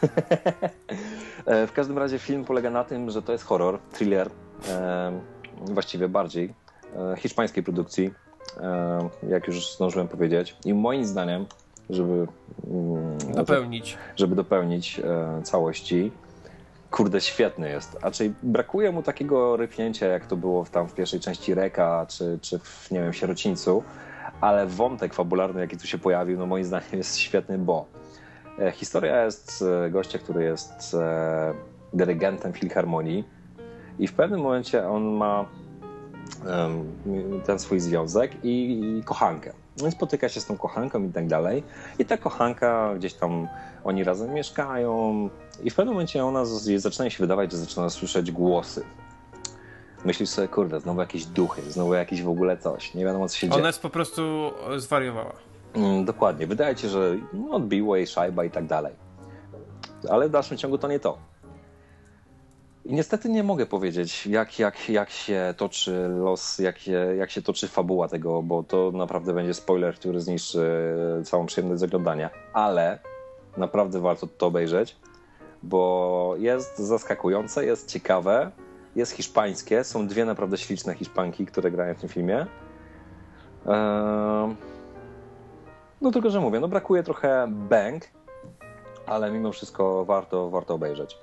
C: E, w każdym razie film polega na tym, że to jest horror, thriller, e, właściwie bardziej, e, hiszpańskiej produkcji, e, jak już zdążyłem powiedzieć. I moim zdaniem, żeby, mm,
B: Dopełnić.
C: żeby dopełnić e, całości, kurde, świetny jest. Raczej brakuje mu takiego rypnięcia, jak to było w, tam w pierwszej części Reka, czy, czy w, nie wiem, Sierocińcu, ale wątek fabularny, jaki tu się pojawił, no moim zdaniem jest świetny, bo e, historia jest e, gościa, który jest e, dyrygentem filharmonii i w pewnym momencie on ma em, ten swój związek i, i kochankę. No i spotyka się z tą kochanką i tak dalej. I ta kochanka, gdzieś tam oni razem mieszkają i w pewnym momencie ona z- zaczyna jej się wydawać, że zaczyna słyszeć głosy. Myślisz sobie, kurde, znowu jakieś duchy, znowu jakieś w ogóle coś. Nie wiadomo, co się dzieje.
B: Ona jest po prostu zwariowała.
C: Mm, dokładnie. Wydaje ci się, że no, odbiło jej szajba i tak dalej. Ale w dalszym ciągu to nie to. I niestety nie mogę powiedzieć, jak, jak, jak się toczy los, jak, się- jak się toczy fabuła tego, bo to naprawdę będzie spoiler, który zniszczy całą przyjemność z oglądania. Ale naprawdę warto to obejrzeć, bo jest zaskakujące, jest ciekawe, jest hiszpańskie. Są dwie naprawdę śliczne Hiszpanki, które grają w tym filmie. Eee... No tylko, że mówię, no brakuje trochę bang, ale mimo wszystko warto, warto obejrzeć.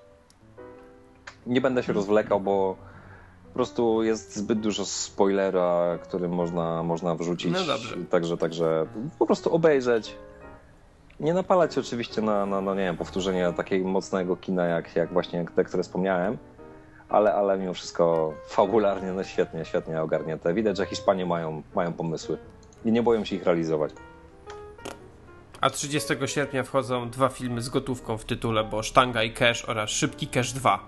C: Nie będę się rozwlekał, bo po prostu jest zbyt dużo spoilera, który można, można wrzucić.
B: No dobrze.
C: Także, także po prostu obejrzeć. Nie napalać się oczywiście na, na, na nie wiem, powtórzenie takiego mocnego kina, jak, jak właśnie te, które wspomniałem, ale, ale mimo wszystko fabularnie no świetnie, świetnie ogarnięte. Widać, że Hiszpanie mają, mają pomysły i nie boją się ich realizować.
B: A trzydziestego sierpnia wchodzą dwa filmy z gotówką w tytule, bo Sztanga i Cash oraz Szybki Cash dwa.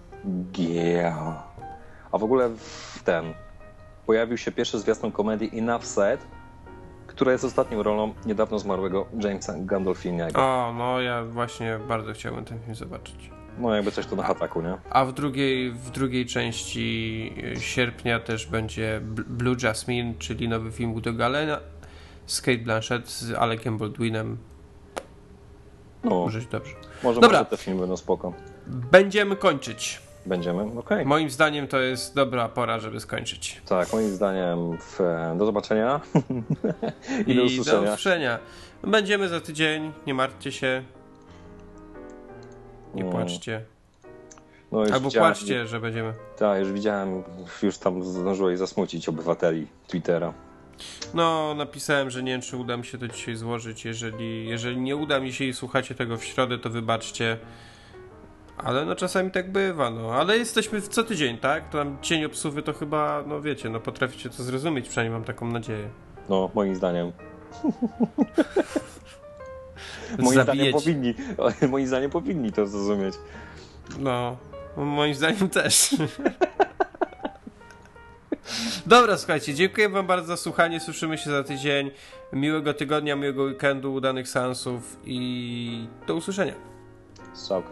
C: Yeah. A w ogóle w ten pojawił się pierwszy zwiastun komedii Enough Said, która jest ostatnią rolą niedawno zmarłego Jamesa Gandolfiniego.
B: O, no ja właśnie bardzo chciałbym ten film zobaczyć.
C: No jakby coś to na hataku, nie?
B: A w drugiej, w drugiej części sierpnia też będzie Bl- Blue Jasmine, czyli nowy film Woody'ego Allena z Kate Blanchett, z Alekiem Baldwinem.
C: No,
B: Może być dobrze.
C: może,
B: Dobra.
C: może te filmy będą spoko.
B: Będziemy kończyć.
C: Będziemy? Okej.
B: Moim zdaniem to jest dobra pora, żeby skończyć.
C: Tak, moim zdaniem w, do zobaczenia i,
B: I
C: do
B: do
C: usłyszenia.
B: usłyszenia. Będziemy za tydzień, nie martwcie się. Nie
C: Mm.
B: płaczcie.
C: No, już
B: Albo
C: widziałem-
B: płaczcie, że będziemy.
C: Tak, już widziałem, już tam zdążyłeś zasmucić obywateli Twittera.
B: No, napisałem, że nie wiem, czy uda mi się to dzisiaj złożyć. Jeżeli, jeżeli nie uda mi się i słuchacie tego w środę, to wybaczcie. Ale no czasami tak bywa, no. Ale jesteśmy w co tydzień, tak? To tam cień obsuwy to chyba, no wiecie, no potraficie to zrozumieć, przynajmniej mam taką nadzieję.
C: No, moim zdaniem. Moim zdaniem
B: Zabijecie.
C: powinni, moim zdaniem powinni to zrozumieć.
B: No, moim zdaniem też. Dobra, słuchajcie, dziękuję wam bardzo za słuchanie, słyszymy się za tydzień. Miłego tygodnia, miłego weekendu, udanych seansów i do usłyszenia.
C: Strzałka.